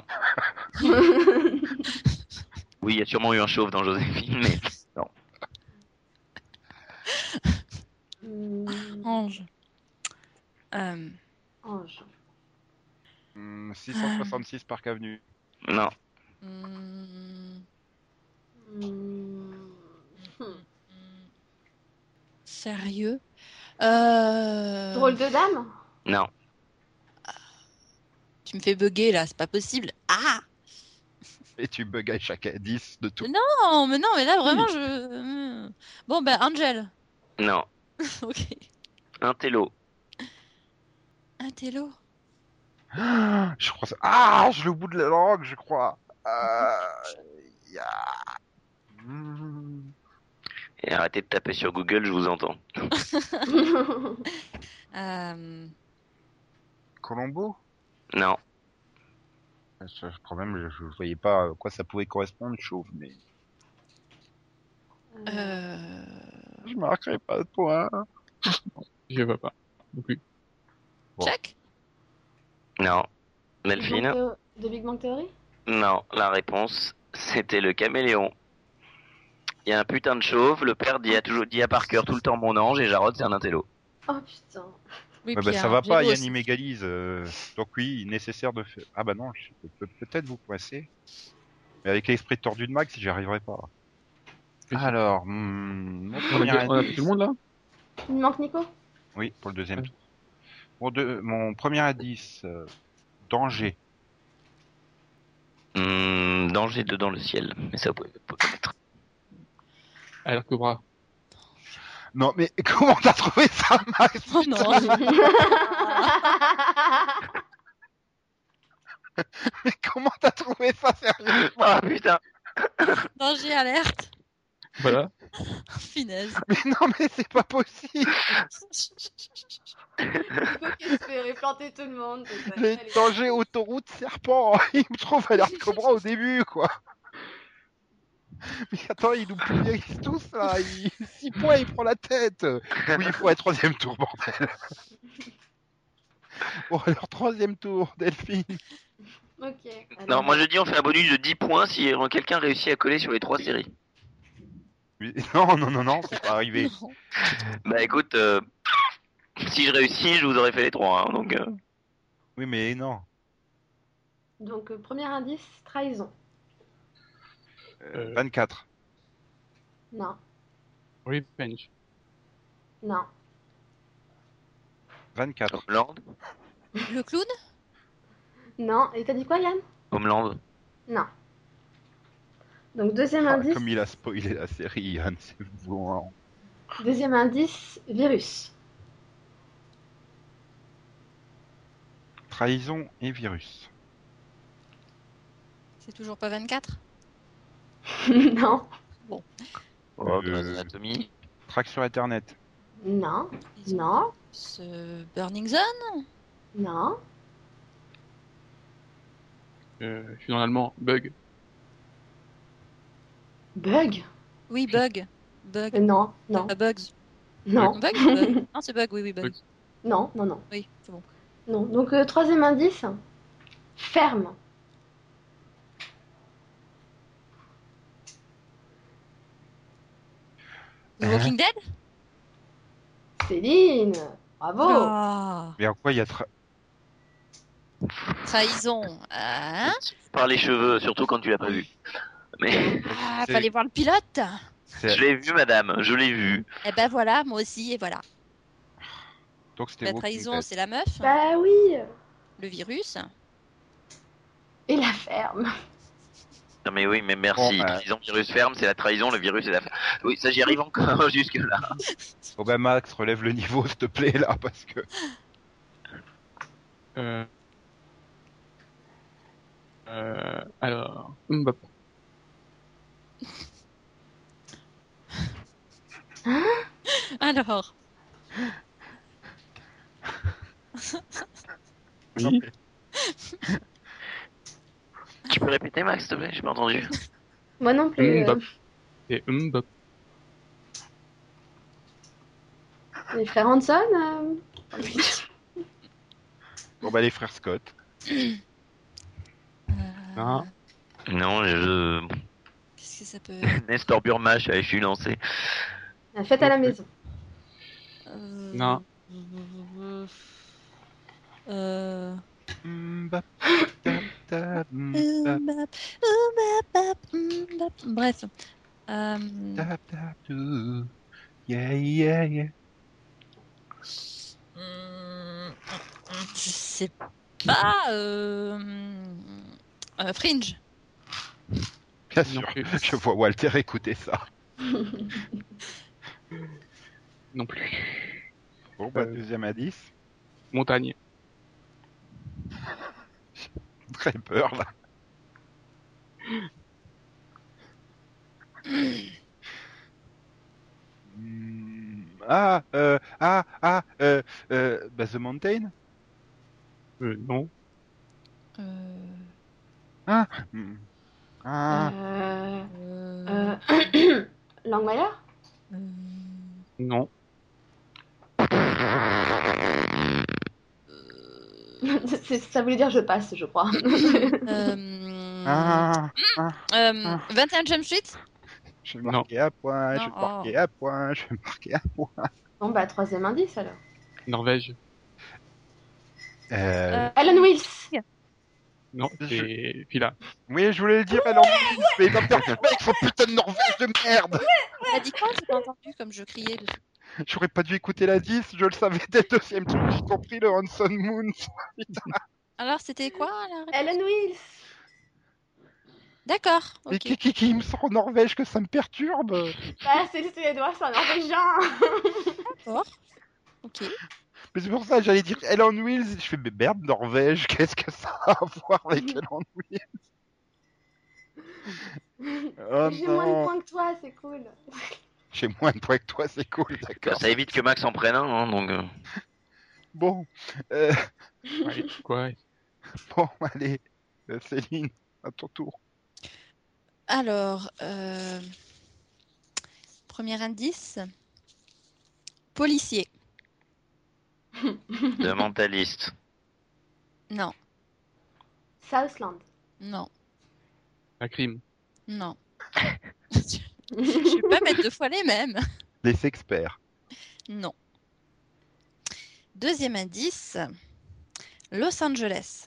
Oui, il y a sûrement eu un chauve dans Joséphine, mais non. Hmm, Ange. Euh, Ange. Hmm, six cent soixante-six Parc Avenue. Non. hmm, Hmm, hmm. Sérieux? Euh... Drôle de dame. Non. Tu me fais bugger là, c'est pas possible. Ah! Et tu bugs à chaque indice de tout. Non, mais non, mais là vraiment je. Bon, ben Angel. Non. Ok. Un télo. Un télo. Ah, je crois ça. Ah, je l'ai au bout de la langue, je crois. Euh... y a- Hmm. Et arrêtez de taper sur Google, je vous entends. Euh... Colombo? Non. Ce problème, je, je voyais pas à quoi ça pouvait correspondre, chauve, mais Euh... je marquerai pas de point. Je vois pas. Non plus. Bon. Check. Non. Big Bang Delphine? Theo- De Big Bang Theory. Non. La réponse, c'était le caméléon. Il y a un putain de chauve, le père dit à, toujours, dit à Parker tout le temps mon ange, et Jarod c'est un intello. Oh putain. Oui, Ouais, puis bah, un ça va pas, Angelo Yann aussi. il m'égalise. euh, Donc oui, nécessaire de faire. Ah bah non, je peux peut-être vous coincer. Mais avec l'esprit tordu de Max, j'y arriverai pas. Mais si. Alors, hmm, mon On a, premier fait, on a fait indice. tout le monde là. Il me manque Nico. Oui, pour le deuxième Ouais. tour. Mon, deux- mon premier indice, euh, danger. Hum, danger de dans le ciel, mais ça vous pouvez pas connaître. Alors Cobra. Non mais comment t'as trouvé ça, Max? Oh non. Mais comment t'as trouvé ça, sérieux? Ah putain. Danger alerte. Voilà. Finesse. Mais non mais c'est pas possible. Nico qui espérait planter tout le monde. c'est ça. Les Allez. dangers autoroute serpent. Il me trouve alerte Cobra au début, quoi. Mais attends, il nous pulvérise tous là. Il... Six points, il prend la tête. Oui, il faut un troisième tour, bordel. Bon alors troisième tour, Delphine. Ok. Non, alors, moi je dis on fait un bonus de dix points si quelqu'un réussit à coller sur les trois séries. Oui, Non, non, non, non, c'est pas arrivé. Non. Bah écoute, euh, si je réussis, je vous aurais fait les trois. Hein, donc, euh, Oui, mais non. Donc, euh, premier indice, trahison. Euh, Euh. vingt-quatre. Non, Revenge. non, vingt-quatre. Homeland. Le clown? non. Et t'as dit quoi, Yann? Homeland. Non. Donc, deuxième Ah, indice. comme il a spoilé la série, Yann, c'est bon. Deuxième indice, virus. Trahison et virus. C'est toujours pas vingt-quatre? Non, Oh, Euh, Grey's Anatomy. Track sur Internet. non, non, Ce Burning Zone? non. Euh, je suis dans l'allemand. Bug. Bug? Oui, Bug. Bug. Euh, Non, non, Pas Bugs. non. Bug ou Bug? Non, c'est Bug, oui, oui, Bug. Bug. Non, non, non, Oui, c'est bon. non. Donc, euh, troisième indice, ferme. The Walking Dead? Céline, bravo. Ah, Mais en quoi il y a tra... trahison. Hein? Par les cheveux, surtout quand tu l'as pas vu. Mais Ah, C'est- fallait voir le pilote. c'est- je l'ai vu, madame, je l'ai vu. Eh ben voilà, moi aussi, et voilà. Donc c'était La Walking trahison, Dead. c'est la meuf. Bah oui. Le virus. Et la ferme. Non mais oui, mais merci. Bon, euh, Trahison, virus ferme, c'est la trahison, le virus c'est la ferme. Oui, ça j'y arrive encore jusque là. Oh bah Max, relève le niveau, s'il te plaît, là, parce que... Euh... Euh... Alors... Mbappé. Alors, Oui. Tu peux répéter Max, s'il te plaît, j'ai pas entendu. Moi non plus. euh, Mbappé. C'est Mbappé. les frères Hanson. euh, Bon bah les frères Scott. euh, Non. Non, je... qu'est-ce que ça peut... Nestor Burmache, allez, je suis lancé. La fête à la maison. Euh... Non. Euh... Mbap, tap, tap, mbap, Mbap, mbap, mbap. Bref. Euh... tap, tap, tout. Yeah, yeah, yeah. hum, Je sais pas. Euh... euh, Fringe. Bien Non sûr, plus. je vois Walter écouter ça. Non plus. Bon bah Euh. deuxième indice. Montagne. Très peur là. Hmm, Ah, euh, ah, ah, euh, euh, bah The Mountain. Euh, non. Euh... Ah, hmm, ah, Euh... Euh... Euh... Langmeier. euh, Non. C'est- Ça voulait dire je passe, je crois. euh, ah, ah. euh, vingt et un Jump Street? Je vais Non. marquer à point, je Non, vais marquer oh. à point, je vais marquer à point. Bon bah troisième indice alors. Norvège. Euh, Euh, Alan Wills. Non, Je- c'est Fila. Oui, je voulais le dire, elle en mais il va me faire mec, son putain de Norvège de merde. T'as dit quoi? J'ai pas entendu comme je criais dessus. J'aurais pas dû écouter la dix, je le savais dès le deuxième truc, j'ai compris le Hanson Moon. Alors, c'était quoi la réponse? Alan Wills. D'accord, Mais ok. qui, qui, qui me sort en Norvège que ça me perturbe. Bah c'est le suédois, c'est un norvégien. D'accord. Ok. Mais c'est pour ça que j'allais dire Ellen Wills. Je fais, mais merde, Norvège, qu'est-ce que ça a à voir avec Ellen Wills? Oh J'ai moins de non. points que toi, c'est cool. J'ai moins de points que toi, c'est cool, Bah, d'accord. ça évite que Max en prenne un, hein, donc... euh, Bon, euh, Ouais, quoi? bon, allez, euh, Céline, à ton tour. Alors, euh, premier indice. Policier. de mentaliste. Non, Southland. non, La crime. non. Je vais pas mettre deux fois les mêmes. Les experts. Non. Deuxième indice, Los Angeles.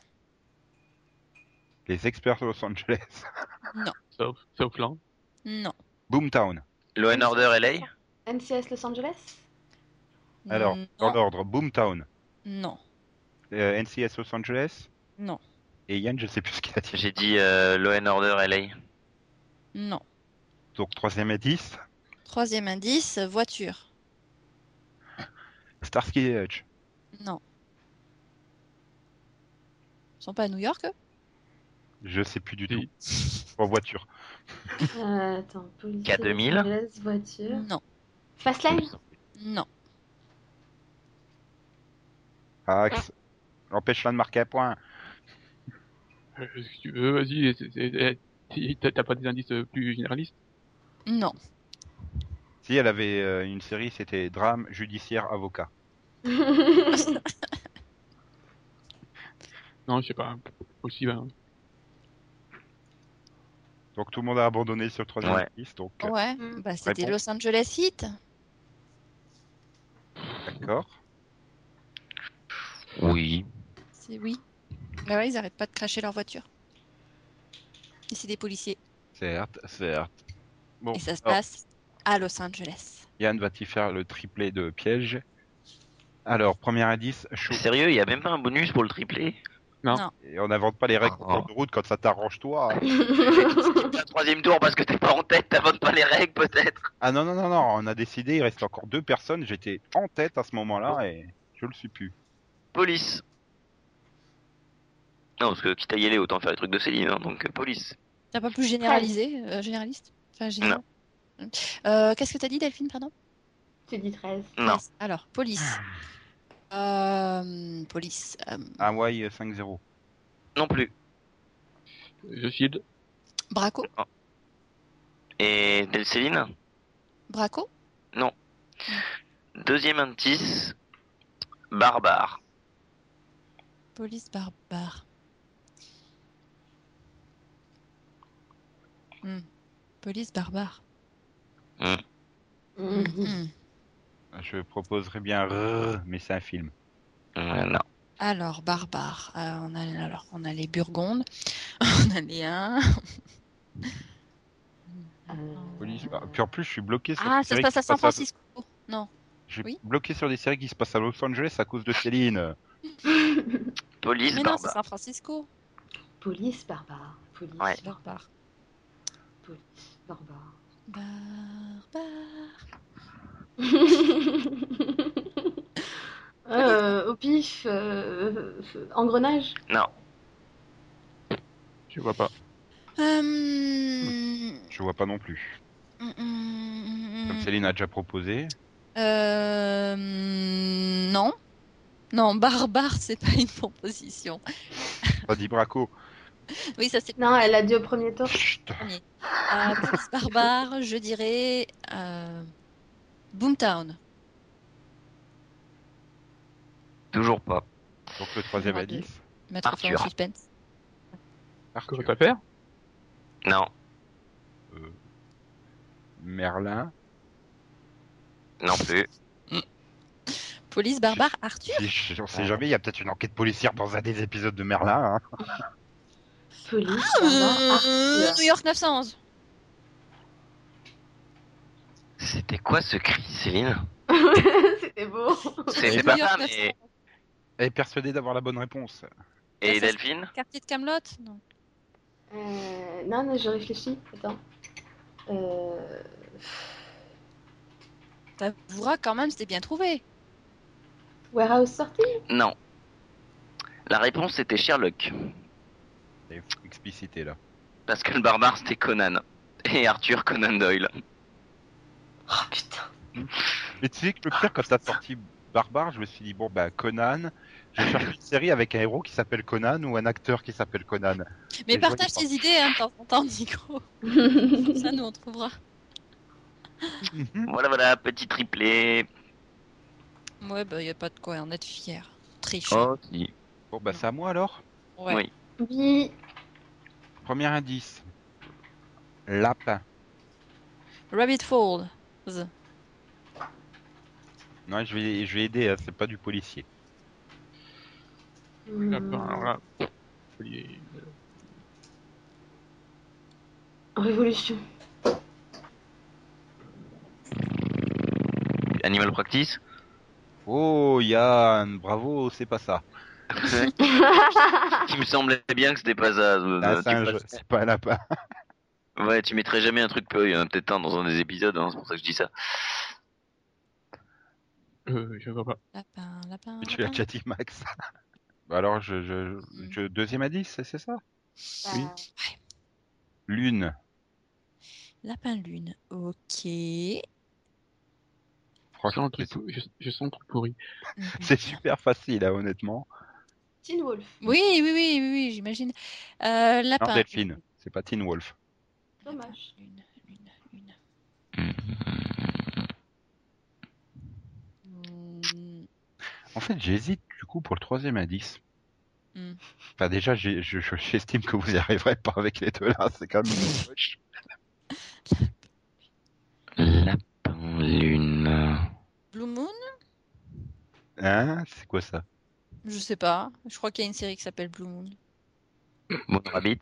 Les experts de Los Angeles. Non, Sauf, sauf là. non. Boomtown. Law and Order L A. N C S Los Angeles? Alors, dans non, l'ordre, Boomtown, non, euh, N C S Los Angeles, non, et Yann, je sais plus ce qu'il a dit. J'ai dit euh, Law and Order L A. non. Donc, troisième indice, Troisième indice, voiture. Starsky et Hutch. Non. Ils sont pas à New York, eux? Je sais plus du Si. tout. En voiture. Euh, attends, policier, K deux mille. Los Angeles, voiture. Non, Fastlane? non. Axe. Empêche-la de marquer un point. Euh, si tu veux, vas-y. c'est- c'est- si T'as t'as pas des indices euh, plus généralistes? Non. Si elle avait euh, une série, c'était drame, judiciaire, avocat. Non, je sais pas. Possible. Hein. Donc tout le monde a abandonné sur le troisième Ouais. indice. Donc euh, Ouais, Mm. bah c'était Réponse. Los Angeles Heat. d'accord. Oui. C'est oui. Bah ouais, ils arrêtent pas de cracher leur voiture. Et c'est des policiers. Certes, certes. Bon, Et ça se alors, passe à Los Angeles. Yann va-t-il faire le triplé de piège? Alors, premier indice, chaud. Sérieux, il y a même pas un bonus pour le triplé. Non. Non. Et on n'invente pas les règles Oh. en cours de route quand ça t'arrange toi. Un troisième tour parce que t'es pas en tête, t'inventes pas les règles peut-être. Ah non, non, non, non, on a décidé, il reste encore deux personnes. J'étais en tête à ce moment-là et je le suis plus. Police. Non, parce que quitte à y aller, autant faire les trucs de Céline, hein, donc euh, police. T'as pas plus généralisé, euh, généraliste? Enfin, général. Euh, Qu'est-ce que t'as dit, Delphine, pardon? Tu dis treize. Non. Yes. Alors, police. Euh, police. euh, Hawaii cinq zéro. Non plus. Je shield. Braco. Et Del Céline. Braco. Non. Deuxième indice. Barbare. Police barbare. Hmm. Police barbare. Mhm. Hmm. Je proposerais bien Rrr, mais c'est un film. Euh, non. Alors, barbare. Euh, on a, alors, on a les Burgondes. On a les uns. Euh, Police. Ah, puis en plus, je suis bloqué sur Ah, des ça se séries passe qui à San passent à- Francisco. Non. Je suis Oui. bloqué sur des séries qui se passent à Los Angeles à cause de Céline. Police Mais non, c'est barbare. San Francisco. Police barbare. Police Ouais. barbare. Barbare. Police barbare. Barbare. euh, au pif, euh, euh, engrenage. Non. Je vois pas. Euh... Je vois pas non plus. hum, hum, Comme hum. Céline a déjà proposé. Euh... Non. Non, barbare, c'est pas une proposition. Pas dit Braco. Oui, ça c'est Non, elle a dit au premier tour. Chut. le premier. Euh, police barbare, je dirais euh... Boomtown. Toujours pas. Donc le troisième Numéro deux. indice. Mettre fin au Arthur. suspense. Arthur. Comment faire? Non. Euh, Merlin. Non plus. Police barbare, Arthur. Si, on sait jamais, il y a peut-être une enquête policière dans un des épisodes de Merlin. Hein. Police barbare. Euh, Arthur. New York neuf cent onze. C'était quoi ce cri, Céline? C'était beau. C'était New pas York ça, neuf cent onze. mais. Elle est persuadée d'avoir la bonne réponse. Et ça, c'est- Delphine? Quartier de Camelot. Non. Euh, non, non, je réfléchis. Attends. Euh... T'avoueras quand même, c'était bien trouvé. Warehouse sortie. Non. La réponse c'était Sherlock. Elle est explicité là. Parce que le barbare c'était Conan. Et Arthur Conan Doyle. Oh putain. Mais tu sais que le pire, quand t'as sorti Barbare, je me suis dit, bon, bah, Conan, je cherche une série avec un héros qui s'appelle Conan ou un acteur qui s'appelle Conan. Mais Et partage je vois tes idées, hein, de temps en temps, Nico. Comme ça, nous, on trouvera. Mhm. Voilà, voilà, petit triplé. Ouais, bah, y a pas de quoi en être fier. Triche. Oh, si. Bon, bah, c'est à moi alors. Ouais. Oui. Oui. Premier indice. Lapin. Rabbit Falls. Non, je vais, je vais aider, hein, c'est pas du policier. Lapin, alors Hmm, là, oui, euh, Révolution. Animal Practice. Oh, Yann, bravo, c'est pas ça. Ouais. Il me semblait bien que c'était pas ça. C'est un euh, Tu singe, passes- c'est pas un lapin. Ouais, tu mettrais jamais un truc, il y en a peut-être un dans un des épisodes, hein, c'est pour ça que je dis ça. euh, je vois pas. Lapin, lapin, Tu l'as lapin. déjà dit, Max. Bah alors, je, je, Hmm. je- deuxième indice, c'est c'est ça? Bah, Lune. Lapin lune. Ok. Je Franchement, sens un truc, c'est pou- je, je sens un truc pourri. c'est super facile, hein, honnêtement. Teen Wolf. Oui, oui, oui, oui, oui, j'imagine. Euh, Non, lapin. Delphine, c'est pas Teen Wolf. Lapin, Dommage. lune, lune, lune. Hmm. En fait, j'hésite du coup pour le troisième indice. Hmm. Enfin, déjà, j'ai- je- je- j'estime que vous y arriverez pas avec les deux là, c'est quand même moche. Lapin lune. Blue Moon? Hein? C'est quoi ça? Je sais pas. Je crois qu'il y a une série qui s'appelle Blue Moon. Moon Rabbit.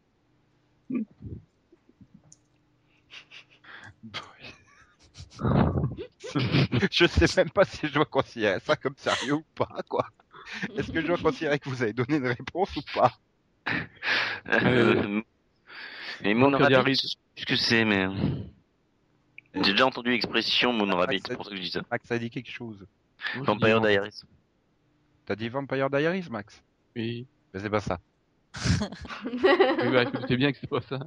Je sais même pas si je dois considérer ça comme sérieux ou pas, quoi. Est-ce que je dois considérer que vous avez donné une réponse ou pas? Euh, mais Moon Vampire Rabbit, Diaries. je sais plus ce que c'est, mais j'ai déjà entendu l'expression Moon Rabbit, Max c'est pour ça que je dis ça. Max a dit quelque chose. Moi, je Vampire dis non. Diaries. T'as dit Vampire Diaries, Max? Oui, Mais c'est pas ça. oui, bah, je sais bien que c'est pas ça.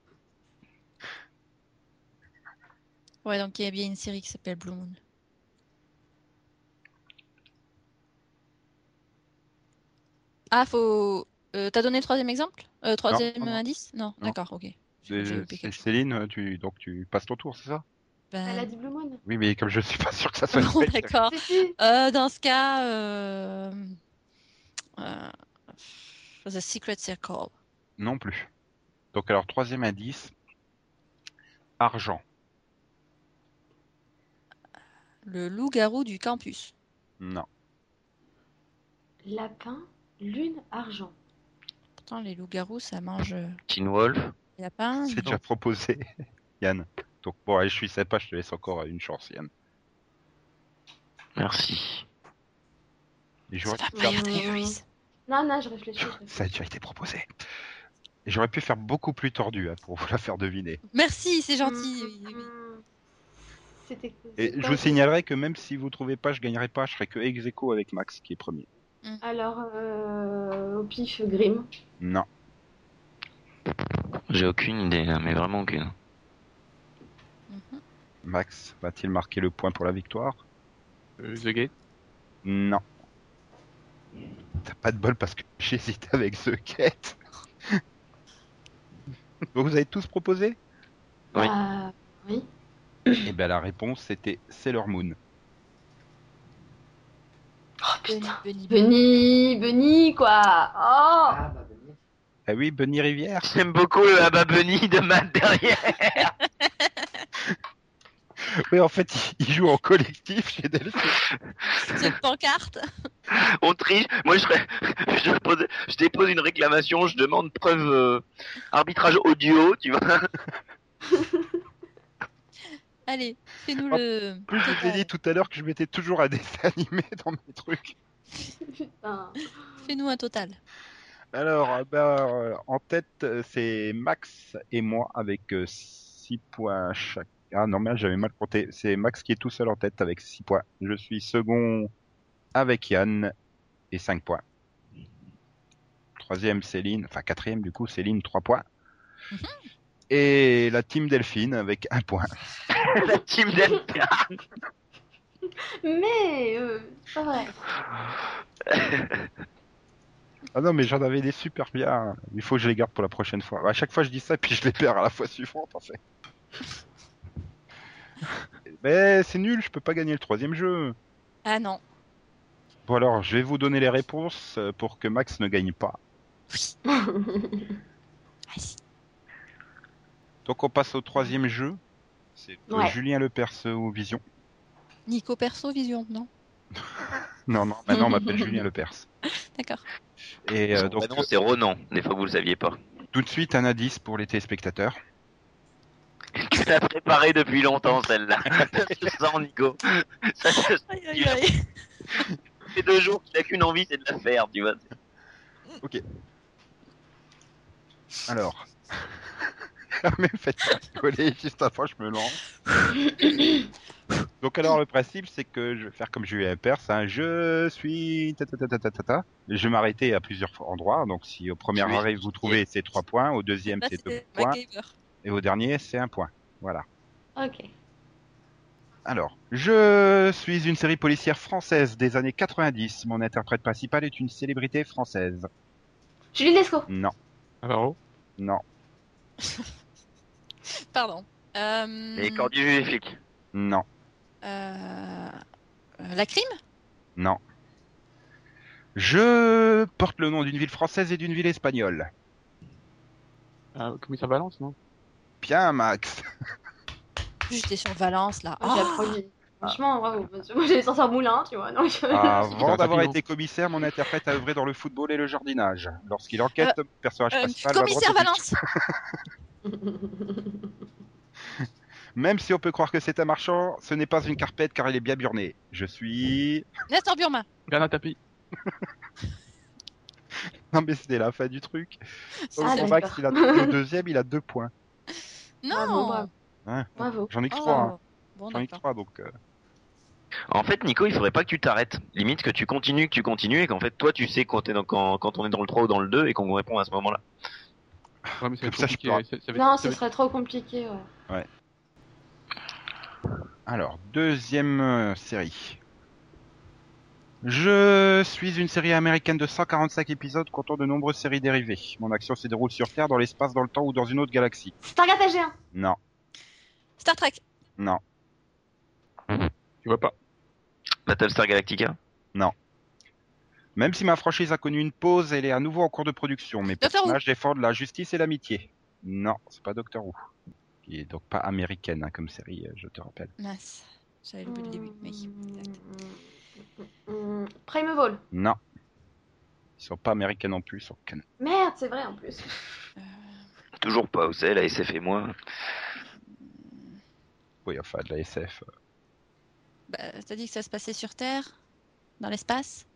Ouais, donc il y a bien une série qui s'appelle Blue Moon. Ah, faut. euh, T'as donné le troisième exemple? Euh, troisième non, non. indice? Non, Non. d'accord, ok. J'ai C'est- loupé c'est quelque chose. Céline, tu, donc tu passes ton tour, c'est ça? Elle a Ben, dit Blue Moon. Oui, mais comme je suis pas sûr que ça soit une non, vraie d'accord. Si, si. Euh, dans ce cas, euh... euh, The Secret Circle. non plus. Donc alors, troisième indice, argent. Le loup-garou du campus. Non. Lapin, lune, argent. Pourtant, les loups-garous, ça mange euh, Teen Wolf. les lapins. C'est déjà proposé, Yann. Donc bon, allez, je suis sympa, je te laisse encore une chance, Yann. Merci. Et Ça j'aurais va pu pas faire- y aller, Louise. Non, non, je réfléchis. je réfléchis. Ça a déjà été proposé. Et j'aurais pu faire beaucoup plus tordu hein, pour vous la faire deviner. Merci, c'est gentil. Hmm, oui, oui, oui. hmm. C'était. Et c'est je quoi, vous c'est- signalerai que même si vous trouvez pas, je gagnerai pas, je serai que ex aequo avec Max qui est premier. Alors, euh, au pif, Grimm. Non. J'ai aucune idée, là, mais vraiment aucune. Mhm. Max va-t-il marquer le point pour la victoire? Euh, The Gate. Non. T'as pas de bol parce que j'hésite avec The Cat. Donc vous avez tous proposé? Oui. Bah, oui. Et ben la réponse c'était Sailor Moon. Oh Bunny, putain. Bunny, Bunny. Bunny, Bunny, quoi. Oh. Ah oui, Bunny Rivière. J'aime beaucoup le Abba Bunny de Matt derrière. Oui, en fait, il il joue en collectif chez Delphine. C'est une pancarte. On triche. Moi, je, serais- je, dépose, je dépose une réclamation, je demande preuve euh, arbitrage audio, tu vois. Allez, fais-nous Hop. le. En plus, je vous ai dit tout à l'heure que je mettais toujours un dessin animé dans mes trucs. Putain. Fais-nous un total. Alors, euh, bah, euh, en tête, euh, c'est Max et moi avec six points chaque. Ah non, mais j'avais mal compté. C'est Max qui est tout seul en tête avec six points. Je suis second avec Yann et cinq points. Troisième, Céline. Enfin, quatrième, du coup, Céline, trois points. Mhm. Et la team Delphine avec un point. La team Delta. Mais, euh, c'est pas vrai. Ah non, mais j'en avais des super bien. Il faut que je les garde pour la prochaine fois. À chaque fois, je dis ça, puis je les perds à la fois suivante, en fait. Mais c'est nul, je peux pas gagner le troisième jeu. Ah non. Bon alors, je vais vous donner les réponses euh, pour que Max ne gagne pas. Allez. Donc on passe au troisième jeu. C'est euh, Ouais. Julien Lepers ou Vision. Nico Perso Vision, non? Non, non, maintenant on m'appelle Julien Lepers. D'accord. Et euh, Son donc, prénom, c'est Ronan, des fois que vous le saviez pas. tout de suite, un indice pour les téléspectateurs. Tu l'as préparé depuis longtemps, celle-là. Ça se sent, Nico. Ça se sent. Aïe, aïe, aïe. Ça fait deux jours qu'il a qu'une envie, c'est de la faire, tu vois. Alors, mais faites pas rigoler, juste avant, je me lance. Donc alors, le principe, c'est que je vais faire comme Julien Lepers, hein. Je suis... ta, ta, ta, ta, ta, ta, ta. Je vais m'arrêter à plusieurs endroits. Donc si au premier Tu es- arrêt, vous trouvez, c'est trois points. Au deuxième, Là, c'est deux c'est points. MacGyver. Et au dernier, c'est un point. Voilà. Ok. Alors, je suis une série policière française des années quatre-vingt-dix. Mon interprète principal est une célébrité française. Julie Lescaut. Non, Navarro. non, Pardon. Euh, Les corps du juge et flic. non, euh, euh, La crime? non. Je porte le nom d'une ville française et d'une ville espagnole. Ah, commissaire Valence, non? Bien, Max. J'étais sur Valence, là. Moi, j'ai Ah, approché. Franchement, bravo. Parce que moi, j'allais sortir Moulin, tu vois. Donc, Avant d'avoir rapidement. été commissaire, mon interprète a œuvré dans le football et le jardinage. Lorsqu'il enquête, personnage euh, principal va commissaire droit au but. Valence. Même si on peut croire que c'est un marchand, ce n'est pas une carpette car il est bien burné. Je suis... Nestor Burma. Bernard Tapie. Non mais c'était la fin du truc. Donc Ah, pour d'accord. Max, il a le deuxième, il a deux points. Bravo, Non. bravo. Hein. Bravo. J'en ai que Oh, trois. Hein. Bon, J'en ai que d'accord. trois donc... euh, En fait, Nico, il faudrait pas que tu t'arrêtes. Limite que tu continues, que tu continues, et qu'en fait, toi, tu sais quand, t'es dans- quand, quand on est dans le trois ou dans le deux, et qu'on vous répond à ce moment-là. Ouais, mais c'est Comme ça, je compliqué. peux- Ça, ça va- Non, ça ce va- serait trop compliqué, ouais. Alors, deuxième euh, série. Je suis une série américaine de cent quarante-cinq épisodes comptant de nombreuses séries dérivées. Mon action se déroule sur Terre, dans l'espace, dans le temps ou dans une autre galaxie. Stargate S G un. Non, Star Trek. non, Tu vois pas. Battlestar Galactica. Même si ma franchise a connu une pause, elle est à nouveau en cours de production. Mes Doctor Who. personnages défendent la justice et l'amitié. Non, c'est pas Doctor Who. Qui est donc pas américaine hein, comme série, euh, je te rappelle. Mince. J'avais loupé le début. Oui, exact. Hum, Primeval. Non. Ils sont pas américains non plus, ils sont canadiens. Merde, c'est vrai en plus. Euh, Toujours pas, vous savez, la S F et moi. Oui, enfin, de la S F. euh. bah, t'as dit que ça se passait sur Terre? Dans l'espace?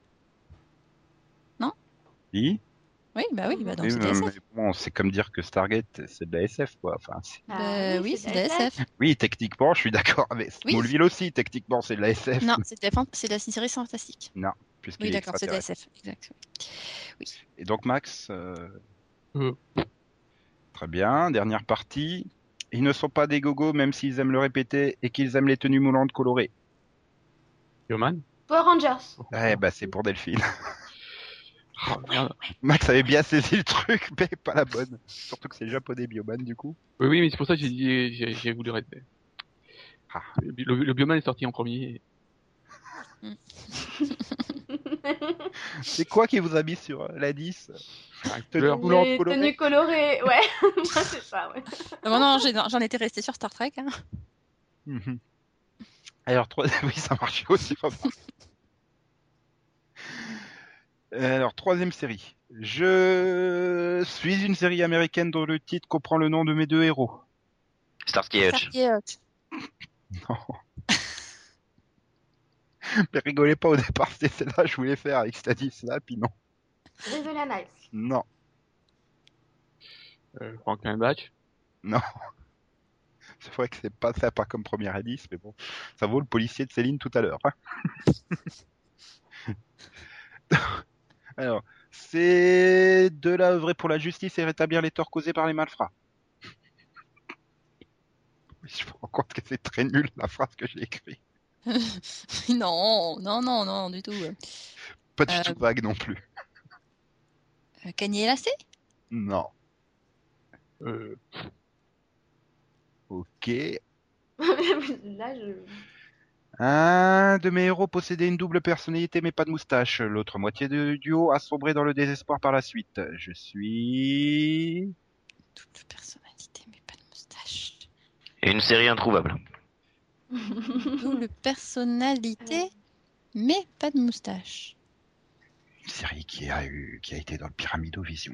Oui, Oui, bah oui, bah donc oui, c'est de mais, la mais S F. bon, c'est comme dire que Stargate, c'est de la S F, quoi. Enfin, c'est- Bah Ah oui, c'est de la S F. oui, techniquement, je suis d'accord. Mais Oui. Smallville aussi, techniquement, c'est de la S F. Non, c'est de la, fan- c'est de la série fantastique. Puisqu'il Oui, est d'accord, c'est de la extraterrestre. S F. Exact. Oui. Et donc, Max, euh, Euh, très bien, dernière partie. Ils ne sont pas des gogos, même s'ils aiment le répéter et qu'ils aiment les tenues moulantes colorées. Bioman. Power Rangers. Eh ben, c'est pour Delphine. Oh, merde. Max avait bien saisi le truc, mais pas la bonne. Surtout que c'est japonais Bioman, du coup. Oui, oui, mais c'est pour ça que j'ai dit, j'ai, j'ai voulu rester. Ah. Le, le, le Bioman est sorti en premier. C'est quoi qui vous a mis sur euh, la dix? Ah, Tenue couleur. moulante Les colorée. tenues colorées. Ouais, moi c'est ça, ouais. Ah, bon, non, j'ai- j'en étais restée sur Star Trek. Hein. Mhm. Alors, trois... oui, ça marchait aussi. remarque. Euh, Alors, troisième série. Je suis une série américaine dont le titre comprend le nom de mes deux héros. Starsky et Hutch. Starsky et Hutch. Non. Mais rigolez pas au départ, c'était celle-là que je voulais faire avec Stanislas, puis non. Rivelia Nice. Non, Euh, Franklin Batch. non. C'est vrai que c'est pas sympa comme premier indice, mais bon, ça vaut le policier de Céline tout à l'heure. hein. Alors, c'est de la œuvrer pour la justice et rétablir les torts causés par les malfrats. Je me rends compte que c'est très nul la phrase que j'ai écrite. non, non, non, non, du tout. Pas du Euh, tout vague non plus. Euh, Cagné et lacé? Non. Euh, Ok. Là, je. Un de mes héros possédait une double personnalité mais pas de moustache. L'autre moitié du duo a sombré dans le désespoir par la suite. Je suis... Double personnalité, mais pas de moustache. Et une série introuvable. Double personnalité, mais pas de moustache. Une série qui a eu, qui a été dans le Pyramidovision.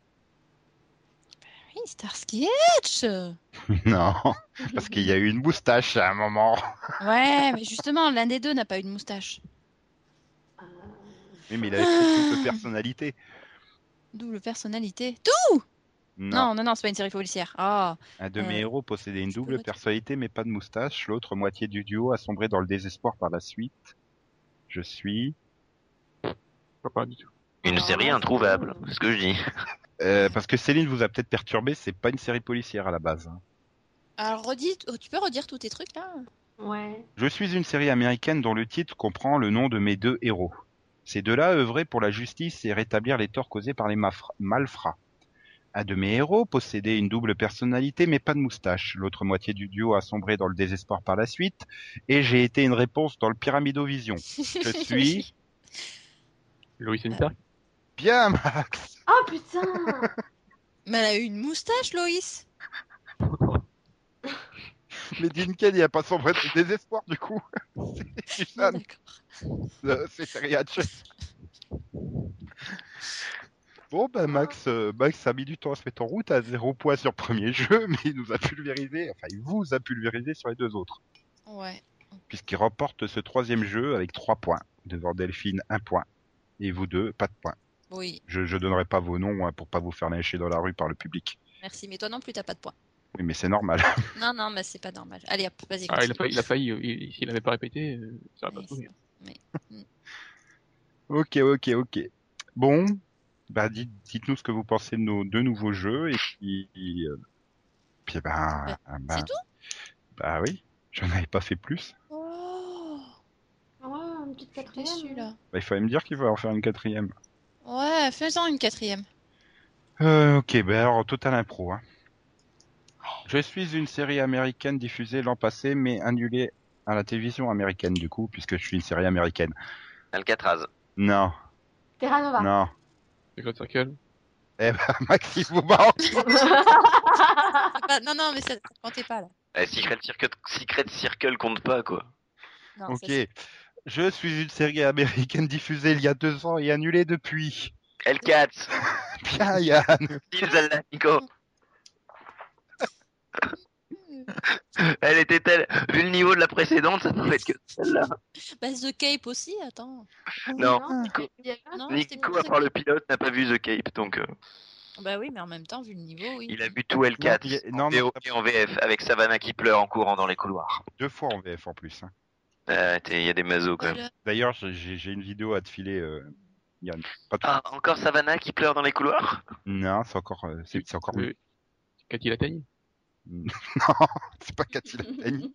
Oui, Starsky Etch. Non, parce qu'il y a eu une moustache à un moment. Ouais, mais justement, l'un des deux n'a pas eu de moustache. Euh, Oui, mais il avait fait double personnalité. Double personnalité. Tout Non. Non, non, non, c'est pas une série policière. Ah, Un de Euh, mes héros possédait une je peux double redire. personnalité mais pas de moustache. L'autre moitié du duo a sombré dans le désespoir par la suite. Je suis... Pas, pas du tout. Une Alors série là, introuvable, c'est- c'est ce que je dis. Euh, parce que Céline vous a peut-être perturbé, c'est pas une série policière à la base. hein. alors redis, oh, tu peux redire tous tes trucs là Ouais. Je suis une série américaine dont le titre comprend le nom de mes deux héros. Ces deux-là œuvraient pour la justice et rétablir les torts causés par les mafra- malfrats. Un de mes héros possédait une double personnalité mais pas de moustache. L'autre moitié du duo a sombré dans le désespoir par la suite et j'ai été une réponse dans le Pyramidovision. Je suis... Lois and Clark. Bien, Max. Oh putain. Mais elle a eu une moustache, Loïs. Mais Dinkel, il a pas sombré dans le désespoir du coup. C'est Ah, Suzanne, d'accord. euh, c'est Terry Hatcher. Bon, ben Max, euh, Max a mis du temps à se mettre en route à zéro point sur le premier jeu, mais il nous a pulvérisé, enfin il vous a pulvérisé sur les deux autres. Ouais. Puisqu'il remporte ce troisième jeu avec trois points. Devant Delphine, un point. Et vous deux, pas de points. Oui, Je, je donnerai pas vos noms hein, pour pas vous faire lyncher dans la rue par le public. merci. Mais toi non plus, t'as pas de points. Oui, mais c'est normal. Non, non, mais c'est pas normal. Allez, hop, vas-y. Ah, il a continue. failli, il a failli, euh, il- s'il avait pas répété, euh, ça aurait pas Ouais, trouvé. Ok, ok, ok. Bon, bah dites, dites-nous ce que vous pensez de nos deux nouveaux jeux et puis, euh, puis ben, Ouais, ben, c'est tout bah oui, j'en avais pas fait plus. Oh, Ouais, une petite je suis quatrième. déçue là. Bah, il fallait me dire qu'il va en faire une quatrième. Ouais, fais-en une quatrième. Euh, ok, ben alors total impro. Hein. Je suis une série américaine diffusée l'an passé, mais annulée à la télévision américaine du coup, puisque je suis une série américaine. Alcatraz. Non, Terra Nova. non. C'est God Circle. Eh ben, Maxime vous manque. C'est pas- Non, non, mais ça, ça comptait pas là. Eh, Secret Circle, Secret Circle compte pas, quoi. Non, Ok. ça, c'est- Je suis une série américaine diffusée il y a deux ans et annulée depuis. Hellcats. Bien, Yann. Steve Zalda, Nico. Elle était telle. Vu le niveau de la précédente, ça pouvait être que celle-là. Bah, The Cape aussi, attends. Non, Non, Nico, il y avait un Non, truc, c'était Nico, pas à The part le Cape. pilote, n'a pas vu The Cape, donc euh, Bah oui, mais en même temps, vu le niveau, oui. il a vu tout Hellcats Non, il y a- en non, non, V O et en V F, avec Savannah qui pleure en courant dans les couloirs. Deux fois en V F en plus. hein. Euh, t'es- Il y a des mazos quand même. Voilà. D'ailleurs, j'ai j'ai une vidéo à te filer, euh, Yann. Pas tout. Ah, encore Savannah qui pleure dans les couloirs. Non, c'est encore, euh, c'est c'est encore mieux. Euh, Cathy Lataigne. Non, c'est pas Cathy Lataigne.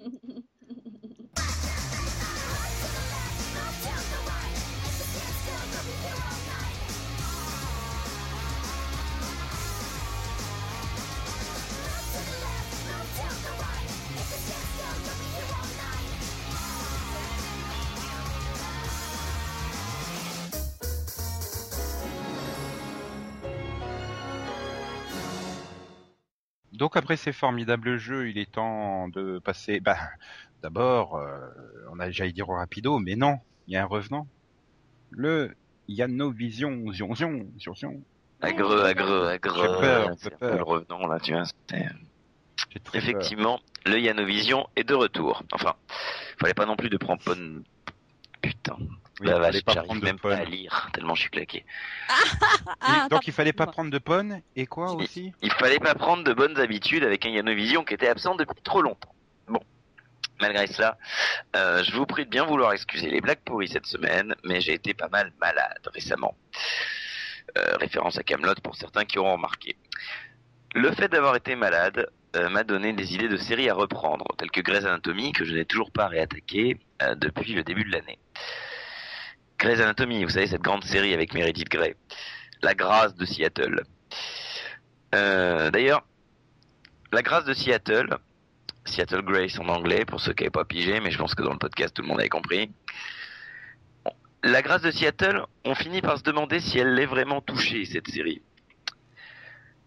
Donc après ces formidables jeux, il est temps de passer. Bah, d'abord, euh, on a j'allais dire au rapido, mais non, il y a un revenant. Le Yanovision, zion, zion, zion, zion. Agreux, agreux, J'ai agreux. peur, j'ai C'est un peu peur. le revenant là, tu vois. c'est- J'ai très peur. Effectivement, le Yanovision est de retour. Enfin, fallait pas non plus de prendre bonne. Putain. Oui, La il vache, fallait pas j'arrive prendre de même pas à pon. lire, tellement je suis claqué. Ah, Et donc attends, il fallait pas excuse-moi. prendre de pon et quoi Oui. aussi? Il fallait pas prendre de bonnes habitudes avec un Yanovision qui était absent depuis trop longtemps. Bon, malgré cela, euh, je vous prie de bien vouloir excuser les blagues pourries cette semaine, mais j'ai été pas mal malade récemment. Euh, référence à Camelot pour certains qui auront remarqué. Le fait d'avoir été malade euh, m'a donné des idées de séries à reprendre, telles que Grey's Anatomy, que je n'ai toujours pas réattaqué euh, depuis le début de l'année. Grey's Anatomy, vous savez, cette grande série avec Meredith Grey. La grâce de Seattle. Euh, d'ailleurs, la grâce de Seattle, Seattle Grace en anglais, pour ceux qui n'avaient pas pigé, mais je pense que dans le podcast tout le monde avait compris. La grâce de Seattle, on finit par se demander si elle l'est vraiment touchée, cette série.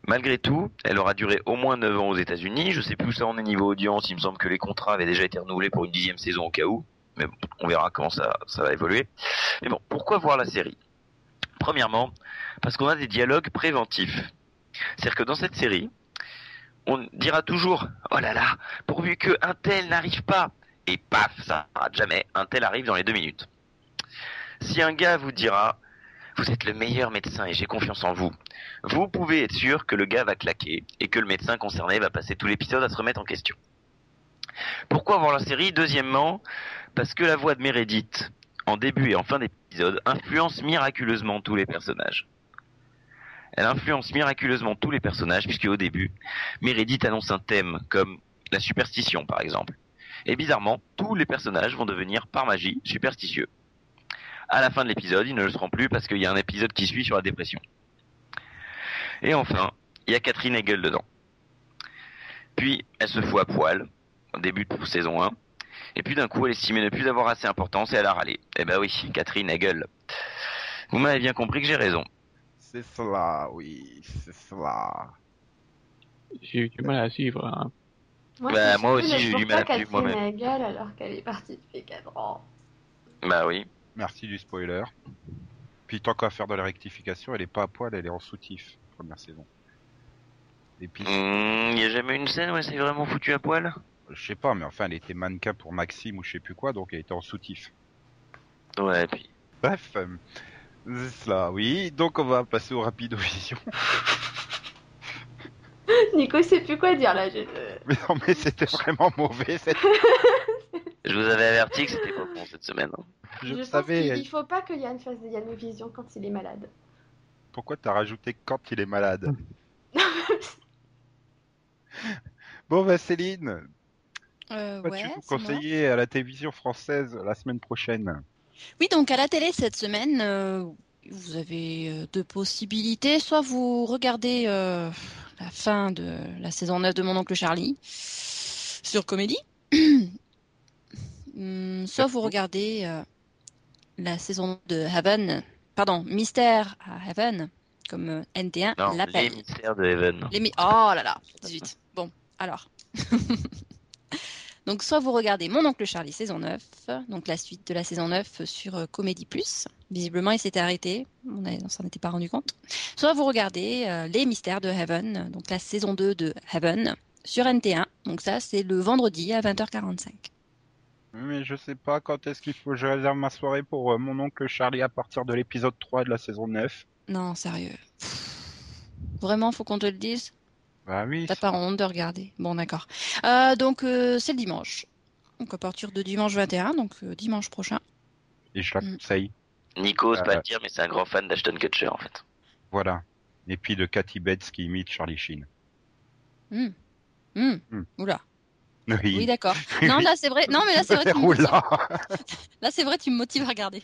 Malgré tout, elle aura duré au moins neuf ans aux États-Unis. Je sais plus où ça en est niveau audience. Il me semble que les contrats avaient déjà été renouvelés pour une dixième saison au cas où. Mais bon, on verra comment ça, ça va évoluer. Mais bon, pourquoi voir la série ? Premièrement, parce qu'on a des dialogues préventifs. C'est-à-dire que dans cette série, on dira toujours « Oh là là, pourvu que un tel n'arrive pas !» Et paf, ça n'arrête jamais, un tel arrive dans les deux minutes. Si un gars vous dira « Vous êtes le meilleur médecin et j'ai confiance en vous », vous pouvez être sûr que le gars va claquer et que le médecin concerné va passer tout l'épisode à se remettre en question. Pourquoi voir la série ? Deuxièmement, parce que la voix de Meredith, en début et en fin d'épisode, influence miraculeusement tous les personnages. Elle influence miraculeusement tous les personnages puisque au début, Meredith annonce un thème comme la superstition par exemple. Et bizarrement, tous les personnages vont devenir par magie superstitieux. À la fin de l'épisode, ils ne le seront plus parce qu'il y a un épisode qui suit sur la dépression. Et enfin, il y a Catherine Hegel dedans. Puis, elle se fout à poil, au début de saison un. Et puis d'un coup, elle estimait ne plus avoir assez d'importance et elle a râlé. Eh ben oui, Catherine Hegel. Vous m'avez bien compris que j'ai raison. C'est cela, oui, c'est cela. J'ai eu du mal à suivre. Hein. Moi, Bah, je moi sais aussi, plus, j'ai eu mais du mal à pourquoi suivre moi-même. Catherine Hegel alors qu'elle est partie depuis quatre ans. Bah oui. Merci du spoiler. Puis tant qu'à faire de la rectification, elle est pas à poil, elle est en soutif, première saison. Et puis, Il mmh, y a jamais une scène où elle s'est vraiment foutue à poil ? je sais pas, mais enfin, elle était mannequin pour Maxime ou je sais plus quoi, donc elle était en soutif. Ouais, et puis... Bref, euh, c'est cela, oui. Donc on va passer au Rapidovision. Nico sait plus quoi dire là. Je... Mais non, mais c'était vraiment mauvais cette... Je vous avais averti que c'était pas bon cette semaine. Hein. Je, Je le pense savais. qu'il il faut pas que Yann fasse des Yannovision quand il est malade. Pourquoi t'as rajouté quand il est malade? Bon, bah Céline, Euh, vas-tu ouais, nous c'est moi. conseiller à la télévision française la semaine prochaine? Oui, donc à la télé cette semaine, euh, vous avez euh, deux possibilités. Soit vous regardez euh, la fin de la saison neuf de Mon Oncle Charlie sur Comédie, Hum, soit vous regardez euh, la saison de Heaven, pardon, Mystère à Heaven, comme euh, N T un Non, l'appelle. les mystères de Heaven. Les mi- oh là là, dix-huit. Bon, alors. Donc, soit vous regardez Mon Oncle Charlie saison neuf, donc la suite de la saison neuf sur euh, Comédie Plus. Visiblement, il s'était arrêté, on a- on s'en était pas rendu compte. Soit vous regardez euh, Les Mystères de Heaven, donc la saison deux de Heaven, sur N T un. Donc ça, c'est le vendredi à vingt heures quarante-cinq. Mais je sais pas quand est-ce qu'il faut que je réserve ma soirée pour euh, Mon Oncle Charlie à partir de l'épisode trois de la saison neuf. Non, sérieux. Pff, Vraiment, faut qu'on te le dise? Bah oui. T'as pas honte de regarder. Bon, d'accord. Euh, donc, euh, c'est le dimanche. Donc, à partir de dimanche vingt et un, donc euh, dimanche prochain. Et je la Mm. conseille. Nico, c'est pas Euh, le dire, mais c'est un grand fan d'Ashton Kutcher en fait. Voilà. Et puis de Cathy Bates qui imite Charlie Sheen. Hmm. Hmm. Hmm. Oula. Oui. Oui, d'accord. Non, là, c'est vrai. Non, mais là, c'est vrai. Tu me Oula. motives... Là, c'est vrai, tu me motives à regarder.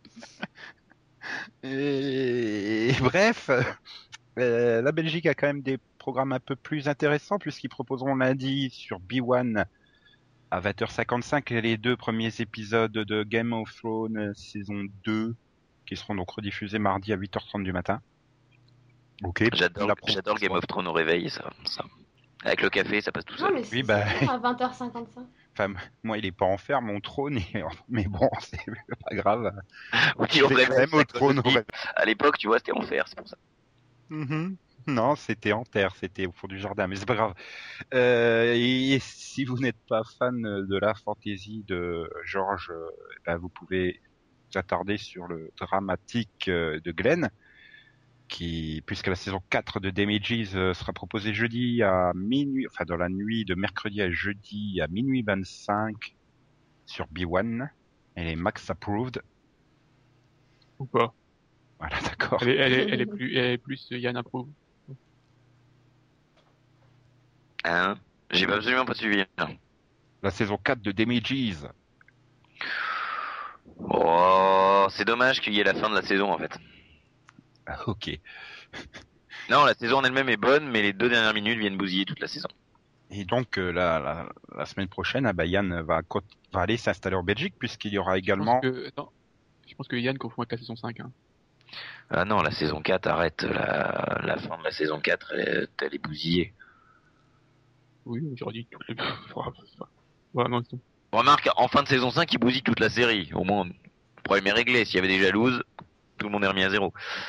Et... bref, euh, la Belgique a quand même des programmes un peu plus intéressants puisqu'ils proposeront lundi sur B un à vingt heures cinquante-cinq les deux premiers épisodes de Game of Thrones euh, saison deux qui seront donc rediffusés mardi à huit heures trente du matin. Ok. J'adore, La pro- j'adore Game of Thrones au réveil, ça, ça. Avec le café, ça passe tout Non, seul. mais c'est Oui, bah- c'est bon, à vingt heures cinquante-cinq. Enfin, moi, il est pas en fer, mon trône, et... mais bon, c'est pas grave. Oui, Je au vais réveil, quand même au ça trône. aussi. au ré- À l'époque, tu vois, c'était en fer, c'est pour ça. Mhm. Non, c'était en terre, c'était au fond du jardin, mais c'est pas grave. Euh, et si vous n'êtes pas fan de la fantaisie de George, euh, ben, vous pouvez vous attarder sur le dramatique euh, de Glenn, qui, puisque la saison quatre de Damages euh, sera proposée jeudi à minuit, enfin dans la nuit de mercredi à jeudi à minuit vingt-cinq sur B un. Elle est max approved. Ou pas. Voilà, d'accord. Elle est, elle est, elle est plus, elle est plus euh, Yann approuve. Hein? J'ai absolument pas suivi. La saison quatre de Damages. Oh, c'est dommage qu'il y ait la fin de la saison en fait. Ah, ok. Non, la saison en elle-même est bonne, mais les deux dernières minutes viennent bousiller toute la saison. Et donc euh, la, la, la semaine prochaine, ah bah, Yann va, co- va aller s'installer en Belgique puisqu'il y aura Je également. pense que, attends, je pense que Yann confond avec la saison cinq. Hein. Ah non, la saison quatre, arrête. La, la fin de la saison quatre, elle, elle est bousillée. Oui, j'aurais dit toutes les... Voilà, non, c'est tout. Remarque, en fin de saison cinq, il bousille toute la série. Au moins, le problème est réglé. S'il y avait des jalouses, tout le monde est remis à zéro.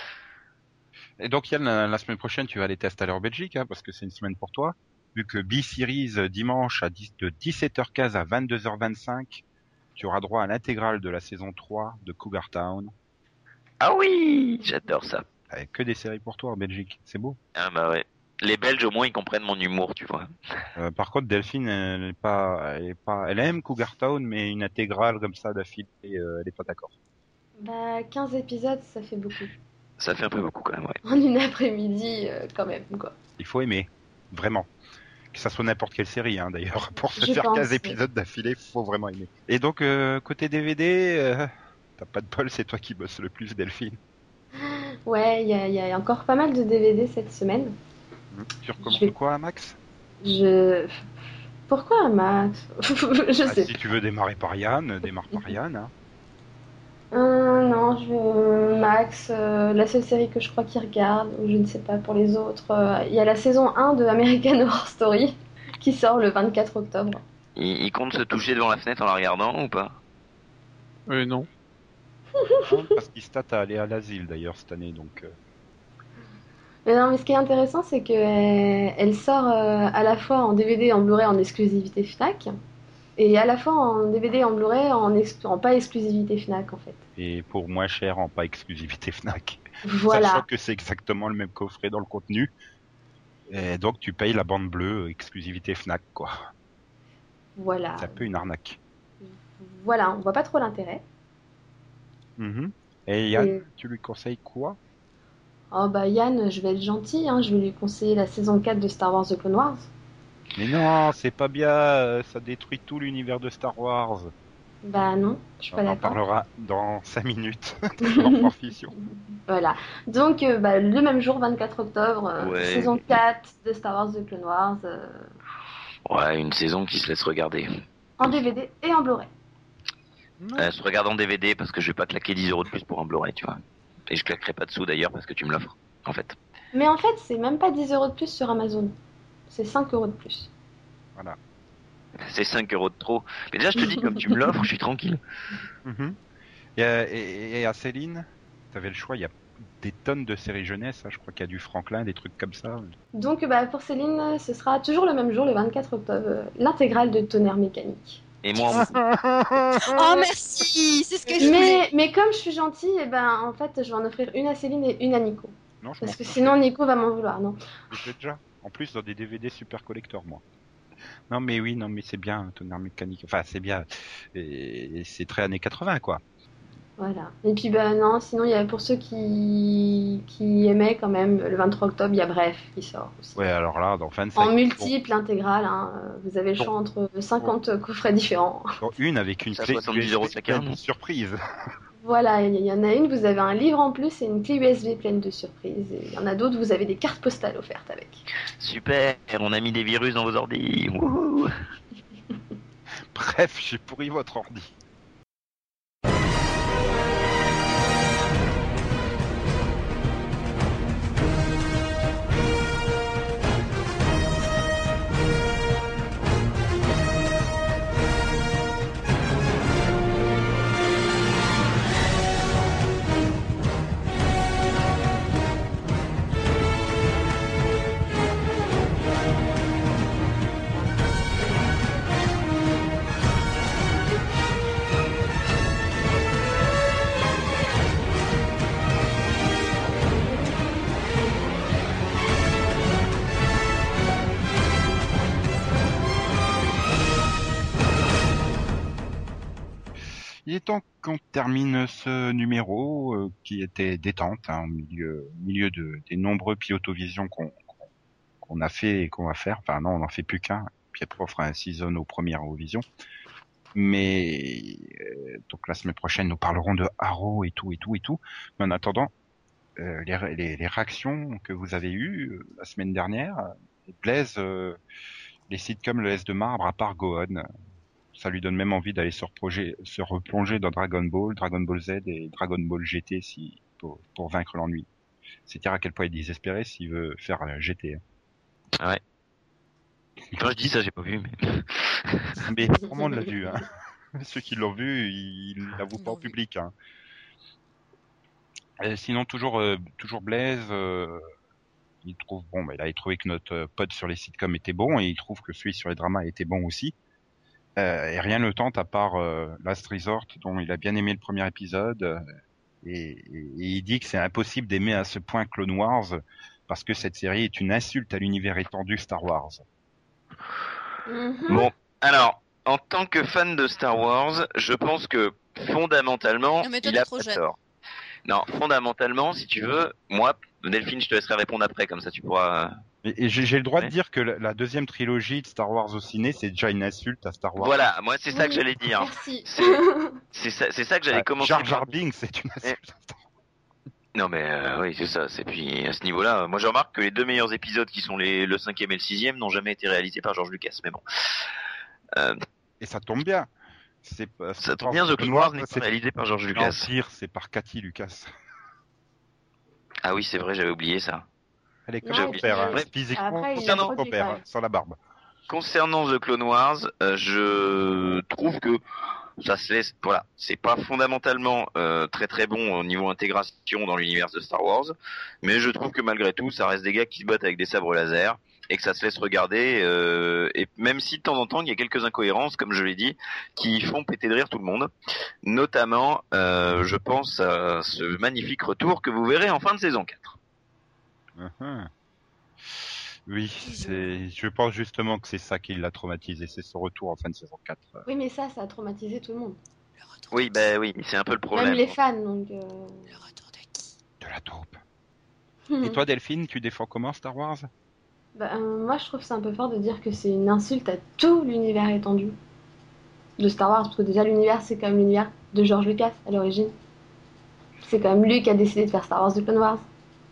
Et donc Yann, la, la semaine prochaine, tu vas aller tester en Belgique, hein, parce que c'est une semaine pour toi. Vu que B-Series, euh, dimanche, à dix, de dix-sept heures quinze à vingt-deux heures vingt-cinq, tu auras droit à l'intégrale de la saison trois de Cougar Town. Ah oui, j'adore ça. Avec que des séries pour toi en Belgique, c'est beau. Ah bah ouais. Les Belges, au moins, ils comprennent mon humour, tu vois. Euh, par contre, Delphine, elle est pas, elle est pas, elle aime Cougar Town, mais une intégrale comme ça d'affilée, euh, elle est pas d'accord. Bah, quinze épisodes, ça fait beaucoup. Ça fait un peu beaucoup quand même, ouais. En une après-midi, euh, quand même, quoi. Il faut aimer, vraiment. Que ça soit n'importe quelle série, hein, d'ailleurs. Pour se Je faire pense, quinze oui. épisodes d'affilée, faut vraiment aimer. Et donc, euh, côté D V D, euh, t'as pas de bol, c'est toi qui bosses le plus, Delphine. Ouais, il y a, y a encore pas mal de D V D cette semaine. Hmm. Tu recommandes Je vais- quoi, Max? Je... Pourquoi, Max? Je Ah, sais. si tu veux démarrer par Yann, euh, démarre par Yann. Hein. Euh, non, je veux Max, euh, la seule série que je crois qu'il regarde, ou je ne sais pas pour les autres. euh, Il y a la saison un de American Horror Story qui sort le vingt-quatre octobre. Ils, ils comptent se toucher devant la fenêtre en la regardant ou pas? Euh, non. Non, parce qu'il se tâte à aller à l'asile, d'ailleurs, cette année, donc... euh, Mais non, mais ce qui est intéressant, c'est qu'elle elle sort euh, à la fois en D V D et en Blu-ray en exclusivité Fnac, et à la fois en D V D et en Blu-ray en, ex- en pas exclusivité Fnac, en fait. et pour moins cher en pas exclusivité Fnac. Sachant Voilà, que c'est exactement le même coffret dans le contenu. Et donc tu payes la bande bleue exclusivité Fnac, quoi. voilà, C'est un peu une arnaque. voilà, on voit pas trop l'intérêt. Mhm. Et Yann, Et- tu lui conseilles quoi? Oh bah Yann, je vais être gentil, hein, je vais lui conseiller la saison quatre de Star Wars The Clone Wars. Mais non, c'est pas bien, euh, ça détruit tout l'univers de Star Wars. Bah non, je suis On pas en d'accord. parlera dans cinq minutes dans Warport Fiction. Voilà. Donc, euh, bah, le même jour, vingt-quatre octobre, euh, Ouais. saison quatre de Star Wars The Clone Wars, euh, Ouais, une saison qui se laisse regarder. en D V D et en Blu-ray. Elle se regarde en D V D parce que je vais pas claquer dix euros de plus pour un Blu-ray, tu vois. Et je claquerai pas dessous d'ailleurs parce que tu me l'offres, en fait. Mais en fait, c'est même pas dix euros de plus sur Amazon. C'est cinq euros de plus. Voilà. C'est cinq euros de trop. Mais déjà, je te dis, comme tu me l'offres, je suis tranquille. Mhm. Et, à- et- et à Céline, t'avais le choix, il y a des tonnes de séries jeunesse, hein, je crois qu'il y a du Franklin, des trucs comme ça. Donc, bah, pour Céline, ce sera toujours le même jour, le vingt-quatre octobre, euh, l'intégrale de Tonnerre Mécanique. Et moi, en- Oh merci, c'est ce que je voulais. Mais, mais comme je suis gentille, eh ben, en fait, je vais en offrir une à Céline et une à Nico. Non, je m'en Parce que fous, sinon, Nico va m'en vouloir, non? je l'ai déjà. En plus, dans des D V D super collector, moi. Non, mais oui, non, mais c'est bien, Tonnerre Mécanique. Enfin, c'est bien. Et, et c'est très années quatre-vingts, quoi. Voilà. Et puis, ben non, sinon, il y a pour ceux qui, qui aimaient quand même, le vingt-trois octobre, il y a Bref qui sort aussi. Ouais, alors là, dans vingt-cinq. En multiple, intégrale, hein, euh, vous avez le choix entre cinquante coffrets différents. Dont une avec une Ça, clé soixante-dix euros U S B chacun, pleine de non surprise. Voilà, il y en a une, vous avez un livre en plus et une clé U S B pleine de surprises. Et il y en a d'autres, vous avez des cartes postales offertes avec. super, on a mis des virus dans vos ordi. Wouhou. Bref, j'ai pourri votre ordi. Il est temps qu'on termine ce numéro euh, qui était détente hein, au milieu, au milieu de, des nombreux pilotovisions qu'on qu'on qu'on a fait et qu'on va faire. Enfin non, on n'en fait plus qu'un. Puis après on fera un season aux premières Eurovision. Mais euh, donc la semaine prochaine nous parlerons de Arrow et tout et tout et tout. Mais en attendant, euh, les, les, les réactions que vous avez eues euh, la semaine dernière, euh, Blaise, euh, les sitcoms le laissent de marbre à part Gohan. Ça lui donne même envie d'aller se replonger, se replonger dans Dragon Ball, Dragon Ball Z et Dragon Ball G T si, pour, pour vaincre l'ennui. C'est dire à quel point il est désespéré s'il veut faire un G T. Ah ouais. Quand je dis ça, j'ai pas vu, mais. Mais tout le monde l'a vu. Hein. Ceux qui l'ont vu, ils l'avouent Ils pas l'ont en vu. public. Hein. Euh, sinon, toujours, euh, toujours Blaise, euh, il trouve bon, bah, il a trouvé que notre euh, pod sur les sitcoms était bon et il trouve que celui sur les dramas était bon aussi. Euh, et rien ne le tente à part euh, Last Resort, dont il a bien aimé le premier épisode. euh, et, et, et il dit que c'est impossible d'aimer à ce point Clone Wars parce que cette série est une insulte à l'univers étendu Star Wars. Mhm. Bon, alors, en tant que fan de Star Wars, je pense que fondamentalement, Non, mais toi, il t'es a trop pas jeune. tort. Non, fondamentalement, si tu veux, moi, Delphine, je te laisserai répondre après, comme ça tu pourras. Et, et j'ai j'ai le droit de Ouais. dire que la, la deuxième trilogie de Star Wars au ciné, c'est déjà une insulte à Star Wars. Voilà, moi c'est ça Oui, que j'allais dire. Merci. C'est c'est ça, c'est ça que j'allais Ah, commencer Jar par Jar dire. Binks, c'est une insulte à Star Wars. Non mais euh, oui, c'est ça. C'est puis à ce niveau-là, euh, moi je remarque que les deux meilleurs épisodes, qui sont les le cinquième et le sixième, n'ont jamais été réalisés par George Lucas. Mais bon, euh, Et ça tombe bien. C'est pas ça Star tombe bien, Wars The Clone Clone Wars n'est pas c'est réalisé par George non, Lucas. pire, c'est par Cathy Lucas. Ah oui, c'est vrai, j'avais oublié ça. Elle est comme Non, son et père, hein. puis- Physiquement, après, il c'est a comme son produit père, quand hein, même. sans la barbe. Concernant The Clone Wars, euh, je trouve que ça se laisse, voilà, c'est pas fondamentalement euh, très très bon au niveau intégration dans l'univers de Star Wars, mais je trouve que malgré tout, ça reste des gars qui se battent avec des sabres laser et que ça se laisse regarder. Euh, et même si de temps en temps il y a quelques incohérences, comme je l'ai dit, qui font péter de rire tout le monde, notamment, euh, je pense à ce magnifique retour que vous verrez en fin de saison quatre. Uh-huh. Oui, c'est. Je pense justement que c'est ça qui l'a traumatisé, c'est son retour en fin de saison quatre. Oui, mais ça, ça a traumatisé tout le monde. Le retour Oui, de ben qui oui, c'est un peu le problème. Même les fans, donc. euh, Le retour de qui De la taupe. Et toi, Delphine, tu défends comment Star Wars? Bah, euh, moi, je trouve c'est un peu fort de dire que c'est une insulte à tout l'univers étendu de Star Wars, parce que déjà, l'univers, c'est quand même l'univers de George Lucas à l'origine. C'est quand même lui qui a décidé de faire Star Wars de Clone Wars.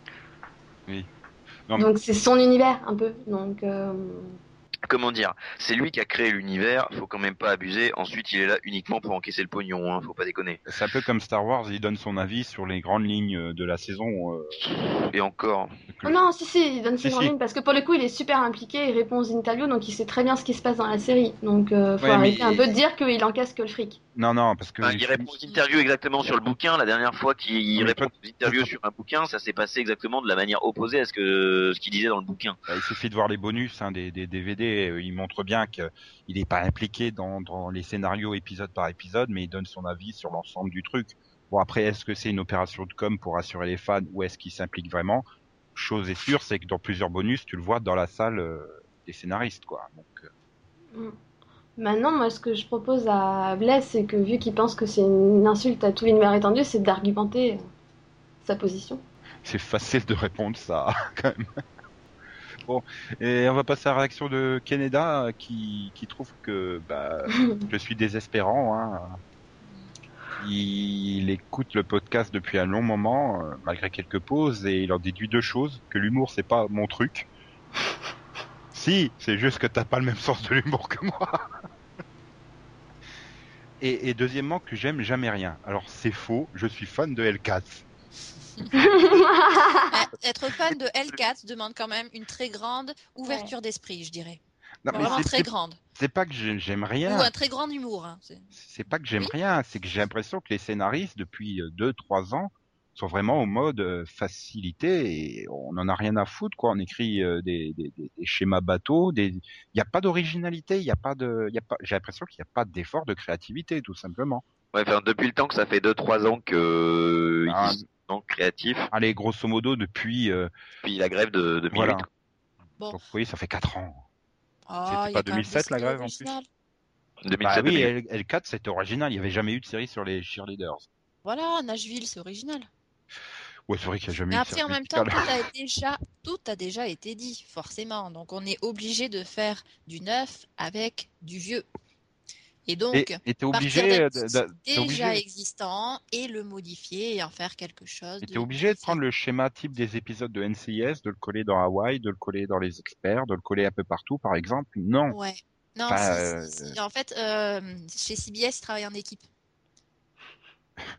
Oui. Non, mais Donc, c'est son univers, un peu. Donc, euh, Comment dire, c'est lui qui a créé l'univers, faut quand même pas abuser. Ensuite, il est là uniquement pour encaisser le pognon, hein, faut pas déconner. c'est un peu comme Star Wars, il donne son avis sur les grandes lignes de la saison. Euh, Et encore. que- Oh non, si, si, il donne ses Si, grandes si. lignes parce que pour le coup, il est super impliqué, il répond aux interviews, donc il sait très bien ce qui se passe dans la série. Donc, euh, faut Ouais, mais- arrêter un peu de dire qu'il encaisse que le fric. Non, non, parce que. Enfin, il répond aux interviews exactement sur le bouquin. La dernière fois qu'il Mais répond toi- aux interviews toi- sur un bouquin, ça s'est passé exactement de la manière opposée à ce que ce qu'il disait dans le bouquin. Bah, il suffit de voir les bonus hein, des, des D V D, euh, il montre bien qu'il n'est pas impliqué dans, dans les scénarios épisode par épisode, mais il donne son avis sur l'ensemble du truc. Bon après, est-ce que c'est une opération de com pour rassurer les fans ou est-ce qu'il s'implique vraiment? Chose est sûre, c'est que dans plusieurs bonus, tu le vois dans la salle euh, des scénaristes, quoi. Donc, euh, Mm. Maintenant, moi, ce que je propose à Blaise, c'est que vu qu'il pense que c'est une insulte à tout l'univers étendu, c'est d'argumenter euh, sa position. c'est facile de répondre ça, quand même. Bon, et on va passer à la réaction de Keneda qui, qui trouve que bah, je suis désespérant. Hein. Il écoute le podcast depuis un long moment, euh, malgré quelques pauses, et il en déduit deux choses. Que l'humour, c'est pas mon truc. Si, c'est juste que t'as pas le même sens de l'humour que moi. Et, et deuxièmement, que j'aime jamais rien. Alors c'est faux, je suis fan de Hellcat. Eh, Être fan de Hellcat demande quand même une très grande ouverture d'esprit, je dirais. Non, mais Vraiment c'est- très c'est- grande. C'est pas que j'ai- j'aime Ou rien. un très grand humour. Hein. c'est- C'est pas que j'aime Oui. rien, c'est que j'ai l'impression que les scénaristes depuis deux trois ans sont vraiment au mode euh, facilité et on en a rien à foutre quoi. On écrit euh, des, des, des, des schémas bateaux, des il y a pas d'originalité, il y a pas de il y a pas j'ai l'impression qu'il y a pas d'effort de créativité tout simplement. Ouais, enfin, depuis le temps que ça fait deux trois ans que Ah. ils sont créatifs, Allez, grosso modo depuis euh, puis la grève de deux mille huit. voilà. Bon. Donc vous voyez, ça fait quatre ans. Ah, C'était il y pas a quand même deux mille sept, des la séries grève, en plus originales. deux mille Bah sept, oui, deux mille huit. L- L quatre c'était original, il y avait jamais eu de série sur les cheerleaders. Voilà, Nashville, c'est original. Ouais, c'est vrai qu'il y a jamais Mais eu de après, série en même temps, musicale. tout a, déjà, tout a déjà été dit, forcément. Donc, on est obligé de faire du neuf avec du vieux. Et donc, Et et t'es partir obligé d'un de, titre de- t'es déjà obligé existant et le modifier et en faire quelque chose Et de t'es obligé de différent. prendre le schéma type des épisodes de N C I S, de le coller dans Hawaï, de le coller dans les experts, de le coller un peu partout, par exemple? Non. Ouais. Non, Enfin, si, euh, si, si. En fait, euh, chez C B S, ils travaillent en équipe.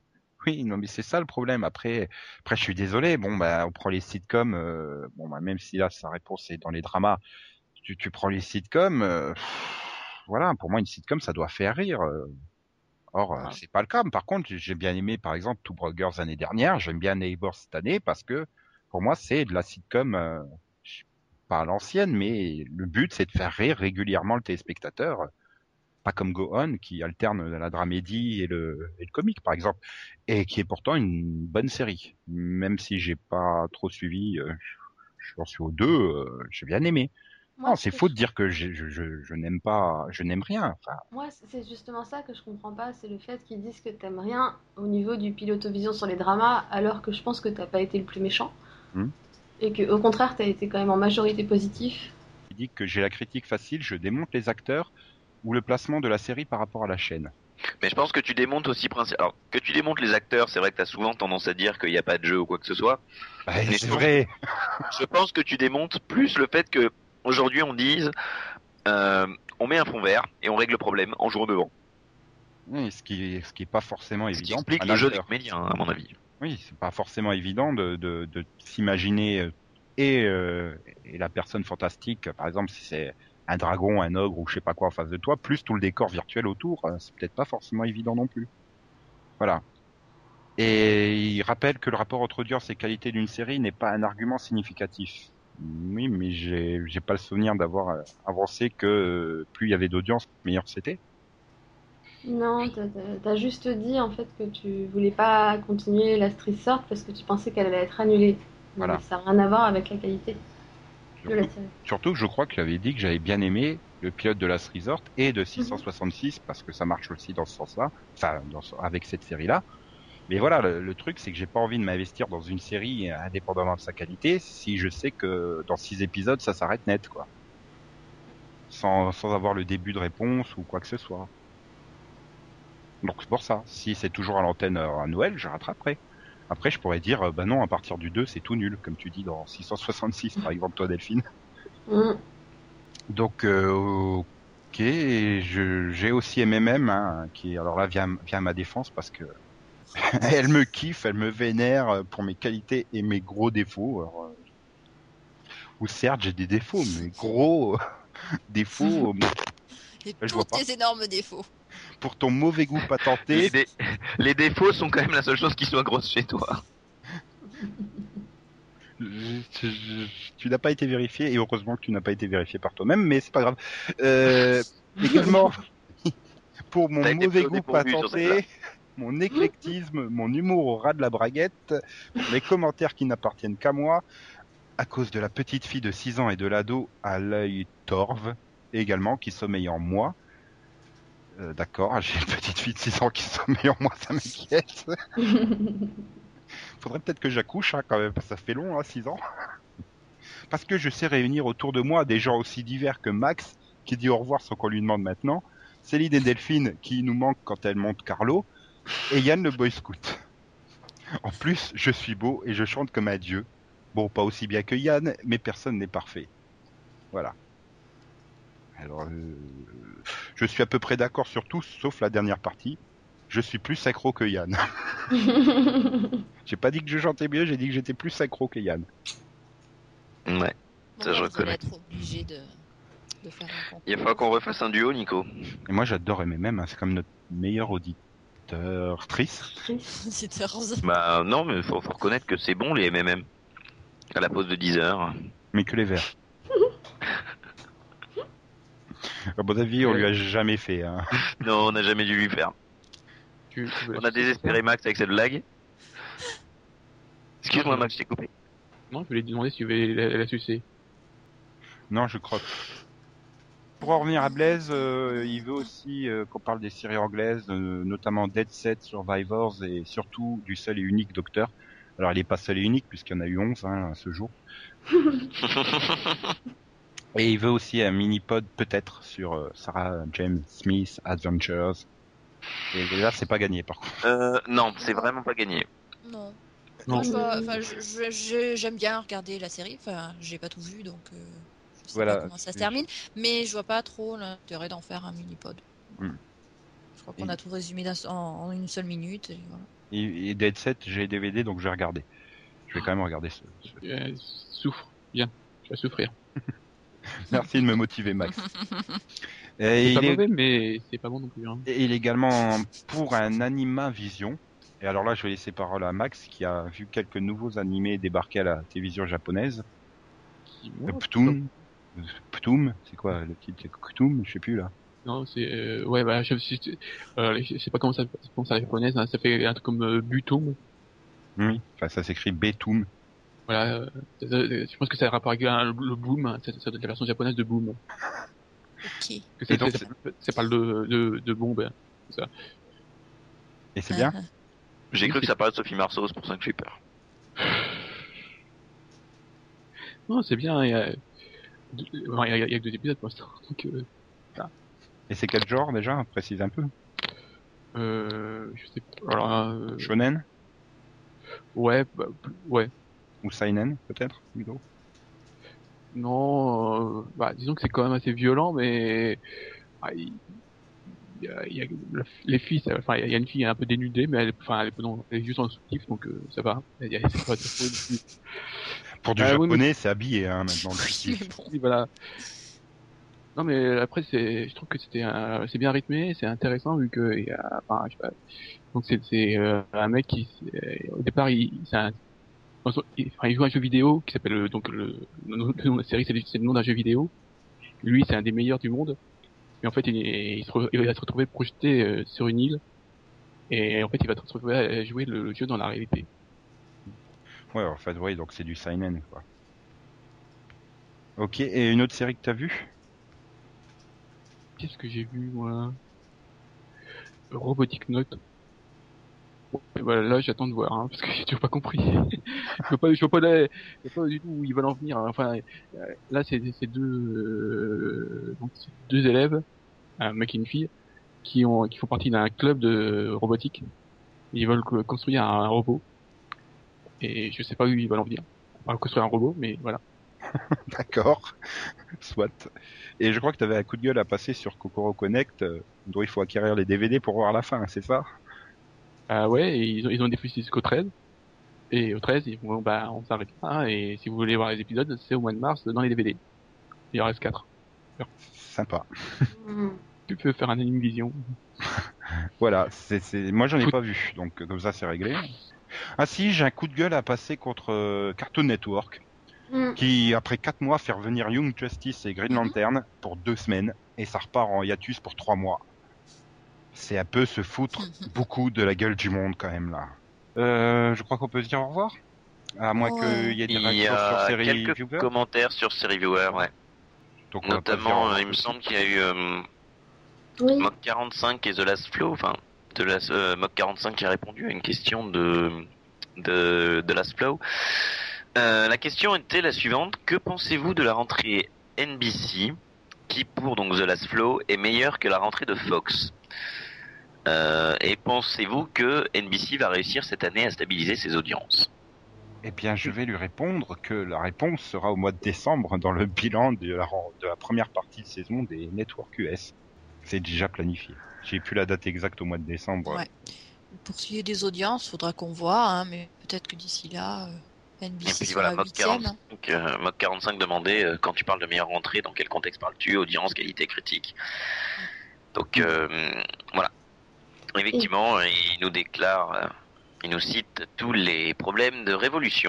Oui, non, mais c'est ça le problème. Après, après, je suis désolé. Bon, bah, on prend les sitcoms. Euh, bon, bah, même si là, sa réponse est dans les dramas, tu, tu prends les sitcoms. Euh, pff, voilà, pour moi, une sitcom, ça doit faire rire. euh. Or, euh, Ah. c'est pas le cas. Par contre, j'ai j'ai bien aimé, par exemple, Two Brothers l'année dernière. J'aime bien Neighbours cette année parce que, pour moi, c'est de la sitcom, euh, je- pas à l'ancienne, mais le but, c'est de faire rire régulièrement le téléspectateur. Pas comme Go On qui alterne la dramédie et le, et le comique par exemple, et qui est pourtant une bonne série. Même si j'ai pas trop suivi, euh, j'en suis aux deux, euh, j'ai bien aimé. Moi, Non, ce c'est que faux je- de dire que j'ai- je, je, je n'aime pas, je n'aime rien. Enfin, Moi, c'est justement ça que je comprends pas, c'est le fait qu'ils disent que t'aimes rien au niveau du pilotovision sur les dramas, alors que je pense que t'as pas été le plus méchant, hmm. et que au contraire t'as été quand même en majorité positif. Il dit que j'ai la critique facile, je démonte les acteurs ou le placement de la série par rapport à la chaîne. Mais je pense que tu démontes aussi princi- alors que tu démontes les acteurs, c'est vrai que t'as souvent tendance à dire qu'il n'y a pas de jeu ou quoi que ce soit. Bah, Mais c'est je pense, vrai. je pense que tu démontes plus le fait que aujourd'hui on dise euh, on met un fond vert et on règle le problème en jouant devant. Oui, ce qui, ce qui est pas forcément Ce qui évident pour explique un le jeu des acteur. comédiens, hein, à mon avis. Oui, c'est pas forcément évident de, de, de s'imaginer euh, et, euh, et la personne fantastique, par exemple, si c'est un dragon, un ogre ou je sais pas quoi en face de toi, plus tout le décor virtuel autour, euh, c'est peut-être pas forcément évident non plus. Voilà. Et il rappelle que le rapport entre audience et qualité d'une série n'est pas un argument significatif. Oui, mais j'ai j'ai pas le souvenir d'avoir euh, avancé que euh, plus il y avait d'audience, meilleur c'était. Non, t'as t'as- t'as juste dit en fait que tu voulais pas continuer la Street Sword parce que tu pensais qu'elle allait être annulée. Mais Voilà. ça n'a rien à voir avec la qualité de la Surtout, série. surtout que je crois que j'avais dit que j'avais bien aimé le pilote de Last Resort et de Mhm. six cent soixante-six parce que ça marche aussi dans ce sens-là, enfin dans ce- avec cette série-là. Mais voilà, le, le truc c'est que j'ai pas envie de m'investir dans une série euh, indépendamment de sa qualité si je sais que dans six épisodes ça s'arrête net quoi, sans sans avoir le début de réponse ou quoi que ce soit. Donc c'est pour ça. Si c'est toujours à l'antenne euh, à Noël, je rattraperai. Après, je pourrais dire, euh, bah non, à partir du deux, c'est tout nul, comme tu dis dans six cent soixante-six, par exemple, toi, Delphine. Mhm. Donc, euh, ok, et je, j'ai aussi M M M, hein, qui, alors là, vient, vient à ma défense parce que elle me kiffe, elle me vénère euh, pour mes qualités et mes gros défauts. Alors, euh, ou certes, j'ai des défauts, mais gros défauts, pff, Et je tous vois pas. tes énormes défauts. Pour ton mauvais goût Les, patenté, dé- les défauts sont quand même la seule chose qui soit grosse chez toi. je- je- je- tu n'as pas été vérifié, et heureusement que tu n'as pas été vérifié par toi-même, mais c'est pas grave. Euh, également, pour mon T'as été mauvais pris au goût dépourvu sur celle-là. patenté, mon éclectisme, mon humour au ras de la braguette, pour les commentaires qui n'appartiennent qu'à moi, à cause de la petite fille de six ans et de l'ado à l'œil torve, et également qui sommeille en moi. Euh, d'accord, j'ai une petite fille de six ans qui sommeille en moi, ça m'inquiète. Faudrait peut-être que j'accouche, hein, quand même, parce que ça fait long, hein, six ans. Parce que je sais réunir autour de moi des gens aussi divers que Max, qui dit au revoir sans qu'on lui demande maintenant, Céline et Delphine, qui nous manquent quand elles montent Carlo, et Yann le Boy Scout. En plus, je suis beau et je chante comme un dieu. Bon, pas aussi bien que Yann, mais personne n'est parfait. Voilà. Alors, euh, je suis à peu près d'accord sur tout, sauf la dernière partie. Je suis plus synchro que Yann. J'ai pas dit que je chantais mieux, j'ai dit que j'étais plus synchro que Yann. Ouais, Bon, ça je bah, vous allez reconnais. être obligé de, de faire un concours. Il va falloir qu'on refasse un duo, Nico. Et moi, j'adore M M M, hein, c'est comme notre meilleur auditeur. Trice. Triste. C'est heureuse. Bah non, mais faut, faut reconnaître que c'est bon les M M M. À la pause de dix heures. Mais que les verts. À mon avis, on lui a jamais fait. Hein. Non, on n'a jamais dû lui faire. Tu, tu veux la On a sucer, désespéré Max avec cette blague. Excuse-moi Non, Max, je t'ai coupé. Non, je voulais te demander si tu voulais la, la sucer. Non, je croque. Pour en revenir à Blaise, euh, il veut aussi euh, qu'on parle des séries anglaises, euh, notamment Dead Set, Survivors et surtout du seul et unique Docteur. Alors, il est pas seul et unique puisqu'il y en a eu onze hein, à ce jour. Et il veut aussi un mini-pod peut-être sur euh, Sarah James Smith Adventures. Et là, c'est pas gagné par contre. euh, non, c'est vraiment pas gagné. Non. Non. Moi, je vois, enfin, je- je- je- j'aime bien regarder la série. Enfin, j'ai pas tout vu, donc euh, je sais pas Voilà. comment ça se termine. Mais je vois pas trop l'intérêt d'en faire un mini-pod. Hmm. crois qu'on Et- a tout résumé d'un- en, en une seule minute. Et voilà. Et, et Dead Set, j'ai D V D, donc je vais regarder. Je vais quand même regarder ce. ce- Euh, souffre. Bien. Je vais souffrir. Merci de me motiver, Max. Et C'est il pas est, mauvais, mais c'est pas bon non plus. Hein. et il est également pour un Anima Vision. Et alors là, je vais laisser parole à Max, qui a vu quelques nouveaux animés débarquer à la télévision japonaise. Qui, Euh, moi, Ptoum. Euh, Ptoum, c'est quoi le titre? C'est Ptoum, je sais plus là. Non, c'est euh, ouais, bah je, je, euh, je sais pas comment ça se prononce à la japonaise. Hein, ça fait un truc comme euh, Butom. Oui. Enfin, ça s'écrit Betoum. Voilà. Euh, euh, je pense que ça a un rapport avec un- le Boom. Hein, c'est c'est la version japonaise de Boom. Ok. Que Et ça, donc, ça, ça, ça parle de de, de bombe. Hein, c'est ça. Et c'est bien? Ah, J'ai Oui, cru que c'est- ça parlait de Sophie Marceau, c'est pour ça que j'ai eu peur. Non, c'est bien. Il y a, deux- enfin, il y a, il y a que deux épisodes pour l'instant. Donc, euh, Et c'est quel genre déjà? Précise un peu. euh, je sais pas. Alors, euh, Shonen? ouais, bah, ouais. Ou Seinen, peut-être, plutôt? Non, euh, bah, disons que c'est quand même assez violent, mais ah, il il y a, il y a la- les filles, ça- enfin, il y a une fille un peu dénudée, mais elle, enfin, elle, est- non, elle est juste en soutif, donc euh, ça va. Il y a, c'est pas trop non plus. Pour du Ah, oui, mais japonais, c'est habillé, hein, maintenant. le oui, soutif. mais bon. oui, voilà. Non, mais après, c'est, je trouve que c'était, un- c'est bien rythmé, c'est intéressant vu que, il y a, enfin, je sais pas. Donc c'est, c'est euh, un mec qui, c'est- au départ, il, c'est un, enfin, il joue à un jeu vidéo qui s'appelle euh, donc le, le nom le nom de la série, c'est le c'est le nom d'un jeu vidéo. Lui, c'est un des meilleurs du monde. Mais en fait, il, est- il, se, re- il va se retrouver projeté euh, sur une île. Et en fait, il va se retrouver à jouer le, le jeu dans la réalité. Ouais, en fait, oui, donc c'est du Seinen, quoi. Ok, et une autre série que t'as vue? Qu'est-ce que j'ai vu, moi? Robotic Note. Bon, et voilà, là, j'attends de voir, hein, parce que j'ai toujours pas compris. je vois pas, je vois pas, la- je vois pas du tout où ils veulent en venir. Hein. Enfin, euh, là, c'est, c'est deux, euh, donc, c'est deux élèves, un mec et une fille, qui ont, qui font partie d'un club de robotique. Ils veulent co- construire un robot. Et je sais pas où ils veulent en venir. On va construire un robot, mais voilà. D'accord, soit. Et je crois que t'avais un coup de gueule à passer sur Kokoro Connect, euh, dont il faut acquérir les D V D pour voir la fin, c'est ça? Ah ouais, et ils ont, ils ont des diffusé jusqu'au treize. Et au treize, ils vont, bah, on s'arrête là. Et si vous voulez voir les épisodes, c'est au mois de mars dans les D V D. Il en reste quatre. Sympa. Hmm. Tu peux faire un anime vision. Voilà, c'est, c'est... moi j'en ai Foot. pas vu, donc euh, comme ça c'est réglé. Ah si, j'ai un coup de gueule à passer contre euh, Cartoon Network, Hmm. qui après quatre mois fait revenir Young Justice et Green Mhm. Lantern pour deux semaines, et ça repart en hiatus pour trois mois. C'est un peu se foutre Mhm. beaucoup de la gueule du monde quand même là. Euh, je crois qu'on peut se dire au revoir, à moins Ouais. qu'il y ait des Il y réactions sur a Série quelques Viewer. commentaires sur Série Viewer, ouais. Donc on va pas se dire au Notamment, revoir euh, il tout me de semble suite. qu'il y a eu euh, Oui. Mock quarante-cinq et The Last Flow, enfin, The Last, euh, Mock quarante-cinq qui a répondu à une question de de The Last Flow. Euh, la question était la suivante: que pensez-vous de la rentrée N B C, qui pour donc The Last Flow est meilleure que la rentrée de Fox? Euh, et pensez-vous que N B C va réussir cette année à stabiliser ses audiences? Eh bien, je vais lui répondre que la réponse sera au mois de décembre dans le bilan de la, de la première partie de saison des Network U S. C'est déjà planifié. J'ai plus la date exacte au mois de décembre. Ouais. Pour ce qui est des audiences, faudra qu'on voit, hein, mais peut-être que d'ici là, euh, Et N B C puis voilà, sera Mock huitième. quarante-cinq, euh, Mock quarante-cinq demandait euh, quand tu parles de meilleure rentrée, dans quel contexte parles-tu? Audience, qualité, critique. Donc euh, voilà. Effectivement, il nous déclare, euh, il nous cite tous les problèmes de révolution.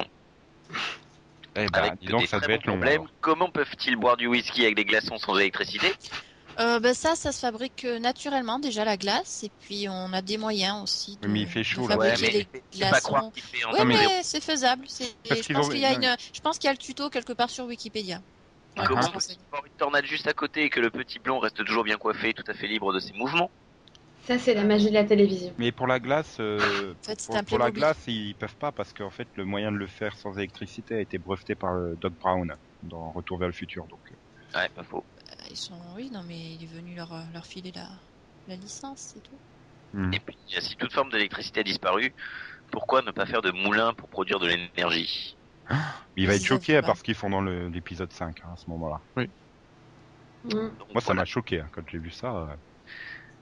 Eh ben, Avec dis donc, des ça très devait bons être long. problèmes. Alors. Comment peuvent-ils boire du whisky avec des glaçons sans électricité? Euh, ben ça, ça se fabrique euh, naturellement déjà la glace, et puis on a des moyens aussi Oui, de, mais il fait de chaud là. Ouais, fabriquer mais les c'est pas croire glaçons. qu'il fait en Oui, Non, mais- zéro. mais c'est faisable. C'est, Parce je qu'ils pense ont- qu'il y a non, une, je pense qu'il y a le tuto quelque part sur Wikipédia. Ouais, Ah, on Comment se ah. peut-il renseigne. avoir une tornade juste à côté et que le petit blond reste toujours bien coiffé, tout à fait libre de ses mouvements? Ça, c'est la magie de la télévision. Mais pour la glace, euh, En fait, c'est pour, un pour la Playmobil. glace, ils peuvent pas parce qu'en fait, le moyen de le faire sans électricité a été breveté par euh, Doc Brown dans Retour vers le futur. Donc, euh, Ouais, pas faux. Euh, Ils sont, oui, non, mais il est venu leur, euh, leur filer la, la licence, c'est tout. hmm. Et puis, si toute forme d'électricité a disparu, pourquoi ne pas faire de moulin pour produire de l'énergie? Il va Ils être y choqué avaient à pas. par ce qu'ils font dans le- l'épisode cinq hein, à ce moment-là. Hmm. Donc, Moi, ça voilà. m'a choqué hein, quand j'ai vu ça. euh.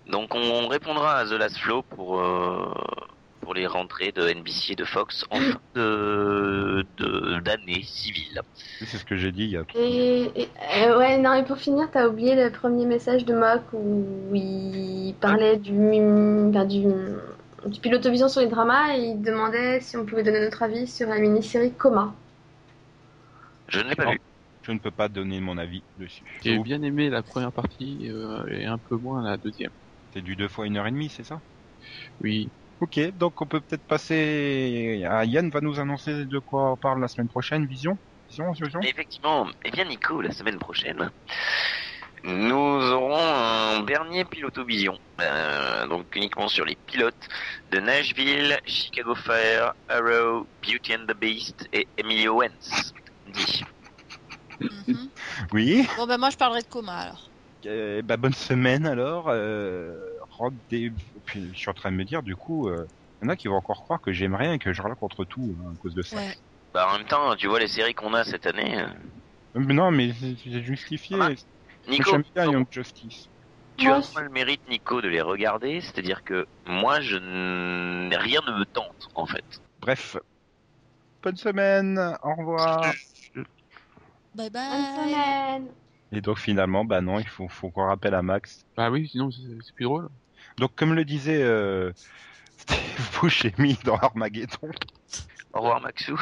Donc on répondra à The Last Flow pour euh, pour les rentrées de N B C et de Fox en fin de de- d'année civile. C'est ce que j'ai dit il y a... Et, et- euh, ouais, non, et pour finir, t'as oublié le premier message de Mock où il parlait du, enfin, du, du pilote vision sur les dramas et il demandait si on pouvait donner notre avis sur la mini-série Coma. Je ne l'ai pas Non. vu. Je ne peux pas donner mon avis dessus. J'ai Sauf- bien aimé la première partie euh, et un peu moins la deuxième. C'est du deux fois une heure et demie, c'est ça? Oui. Ok, donc on peut peut-être passer à Yann va nous annoncer de quoi on parle la semaine prochaine, Vision? Vision, Vision? Mais effectivement, eh bien Nico, la semaine prochaine, nous aurons un dernier piloto-vision, euh, donc uniquement sur les pilotes de Nashville, Chicago Fire, Arrow, Beauty and the Beast et Emily Owens. Dit. Mhm. Oui. Bon, ben moi, je parlerai de Coma alors. Euh, bah, bonne semaine alors. Euh, rendez- Puis, je suis en train de me dire, du coup, il y en a qui vont encore croire que j'aime rien et que je râle contre tout hein, à cause de ça. Ouais. Bah, en même temps, tu vois les séries qu'on a cette année. euh, Mais non, mais c'est c'est justifié. Ah, Moi, Nico, j'aime bien Young Justice. tu Moi as aussi. pas le mérite, Nico, de les regarder. C'est-à-dire que moi, je n- rien ne me tente, en fait. Bref, bonne semaine, au revoir. Bye Bonne bye. semaine. Et donc finalement, bah non, il faut, faut qu'on rappelle à Max. Bah oui, sinon c'est c'est plus drôle. Donc comme le disait euh, Steve Buscemi dans Armageddon, Au revoir, Maxou.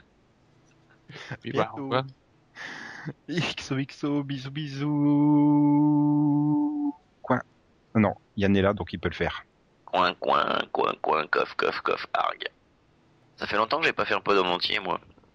Et bah, Bientôt. au revoir. X O X O, bisous bisous. Coin. Non, Yann est là, donc il peut le faire. Coin, coin, coin, coin, coff, coff, coff, arg. Ça fait longtemps que j'ai pas fait un pod en entier, moi.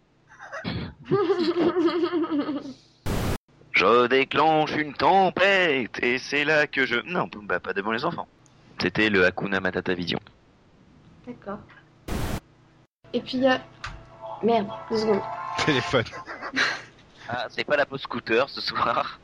Je déclenche une tempête et c'est là que je... Non, bah pas devant les enfants. C'était le Hakuna Matata Vision. D'accord. Et puis, euh... merde, deux secondes. Téléphone. Ah, c'est pas la pause scooter ce soir.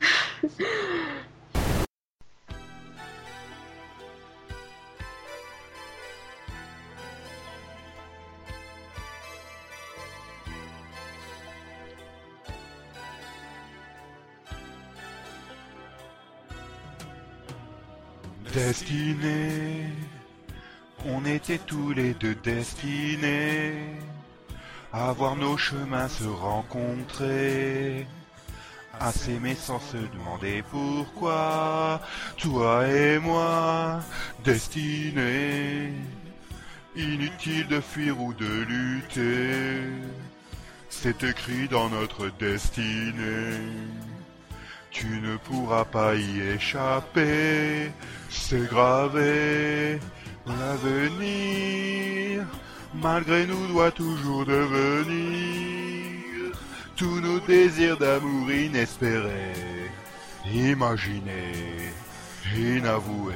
Destinés, on était tous les deux destinés à voir nos chemins se rencontrer, à s'aimer sans se demander pourquoi, toi et moi, destinés, inutile de fuir ou de lutter, c'est écrit dans notre destinée. Tu ne pourras pas y échapper, c'est gravé. L'avenir, malgré nous, doit toujours devenir tous nos désirs d'amour inespérés, imaginés, inavoués.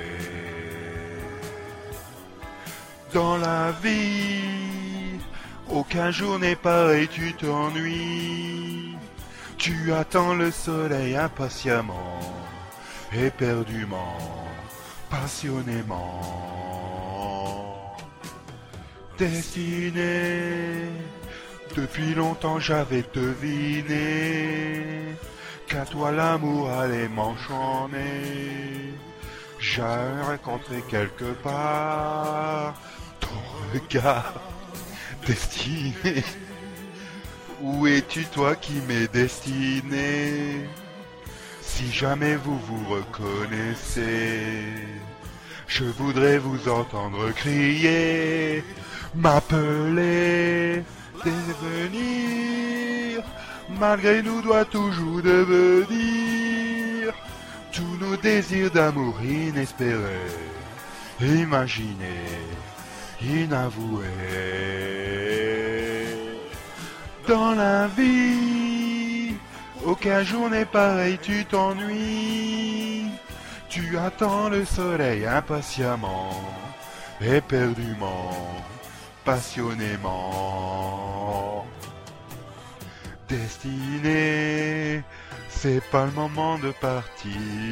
Dans la vie, aucun jour n'est pareil, tu t'ennuies. Tu attends le soleil impatiemment, éperdument, passionnément. Destiné, depuis longtemps j'avais deviné qu'à toi l'amour allait m'enchaîner. J'ai rencontré quelque part ton regard destiné. Où es-tu toi qui m'es destiné? Si jamais vous vous reconnaissez, je voudrais vous entendre crier, m'appeler, devenir, malgré nous doit toujours devenir tous nos désirs d'amour inespérés, imaginés, inavoués. Dans la vie, aucun jour n'est pareil, tu t'ennuies. Tu attends le soleil impatiemment, éperdument, passionnément. Destiné, c'est pas le moment de partir.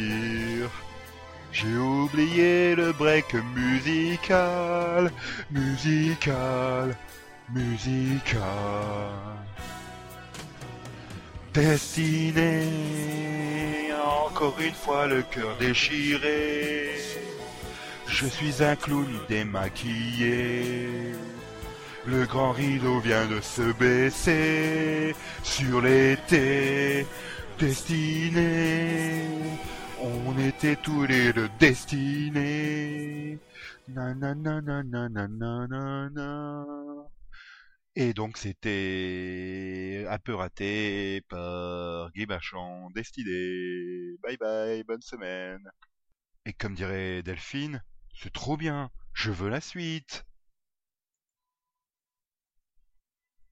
J'ai oublié le break musical, musical, musical. Destiné, encore une fois le cœur déchiré. Je suis un clown démaquillé. Le grand rideau vient de se baisser sur l'été destiné. On était tous les deux destinés. Nananananananana. Et donc c'était un peu raté par Guy Marchand, destiné. Bye bye, bonne semaine. Et comme dirait Delphine, c'est trop bien, je veux la suite.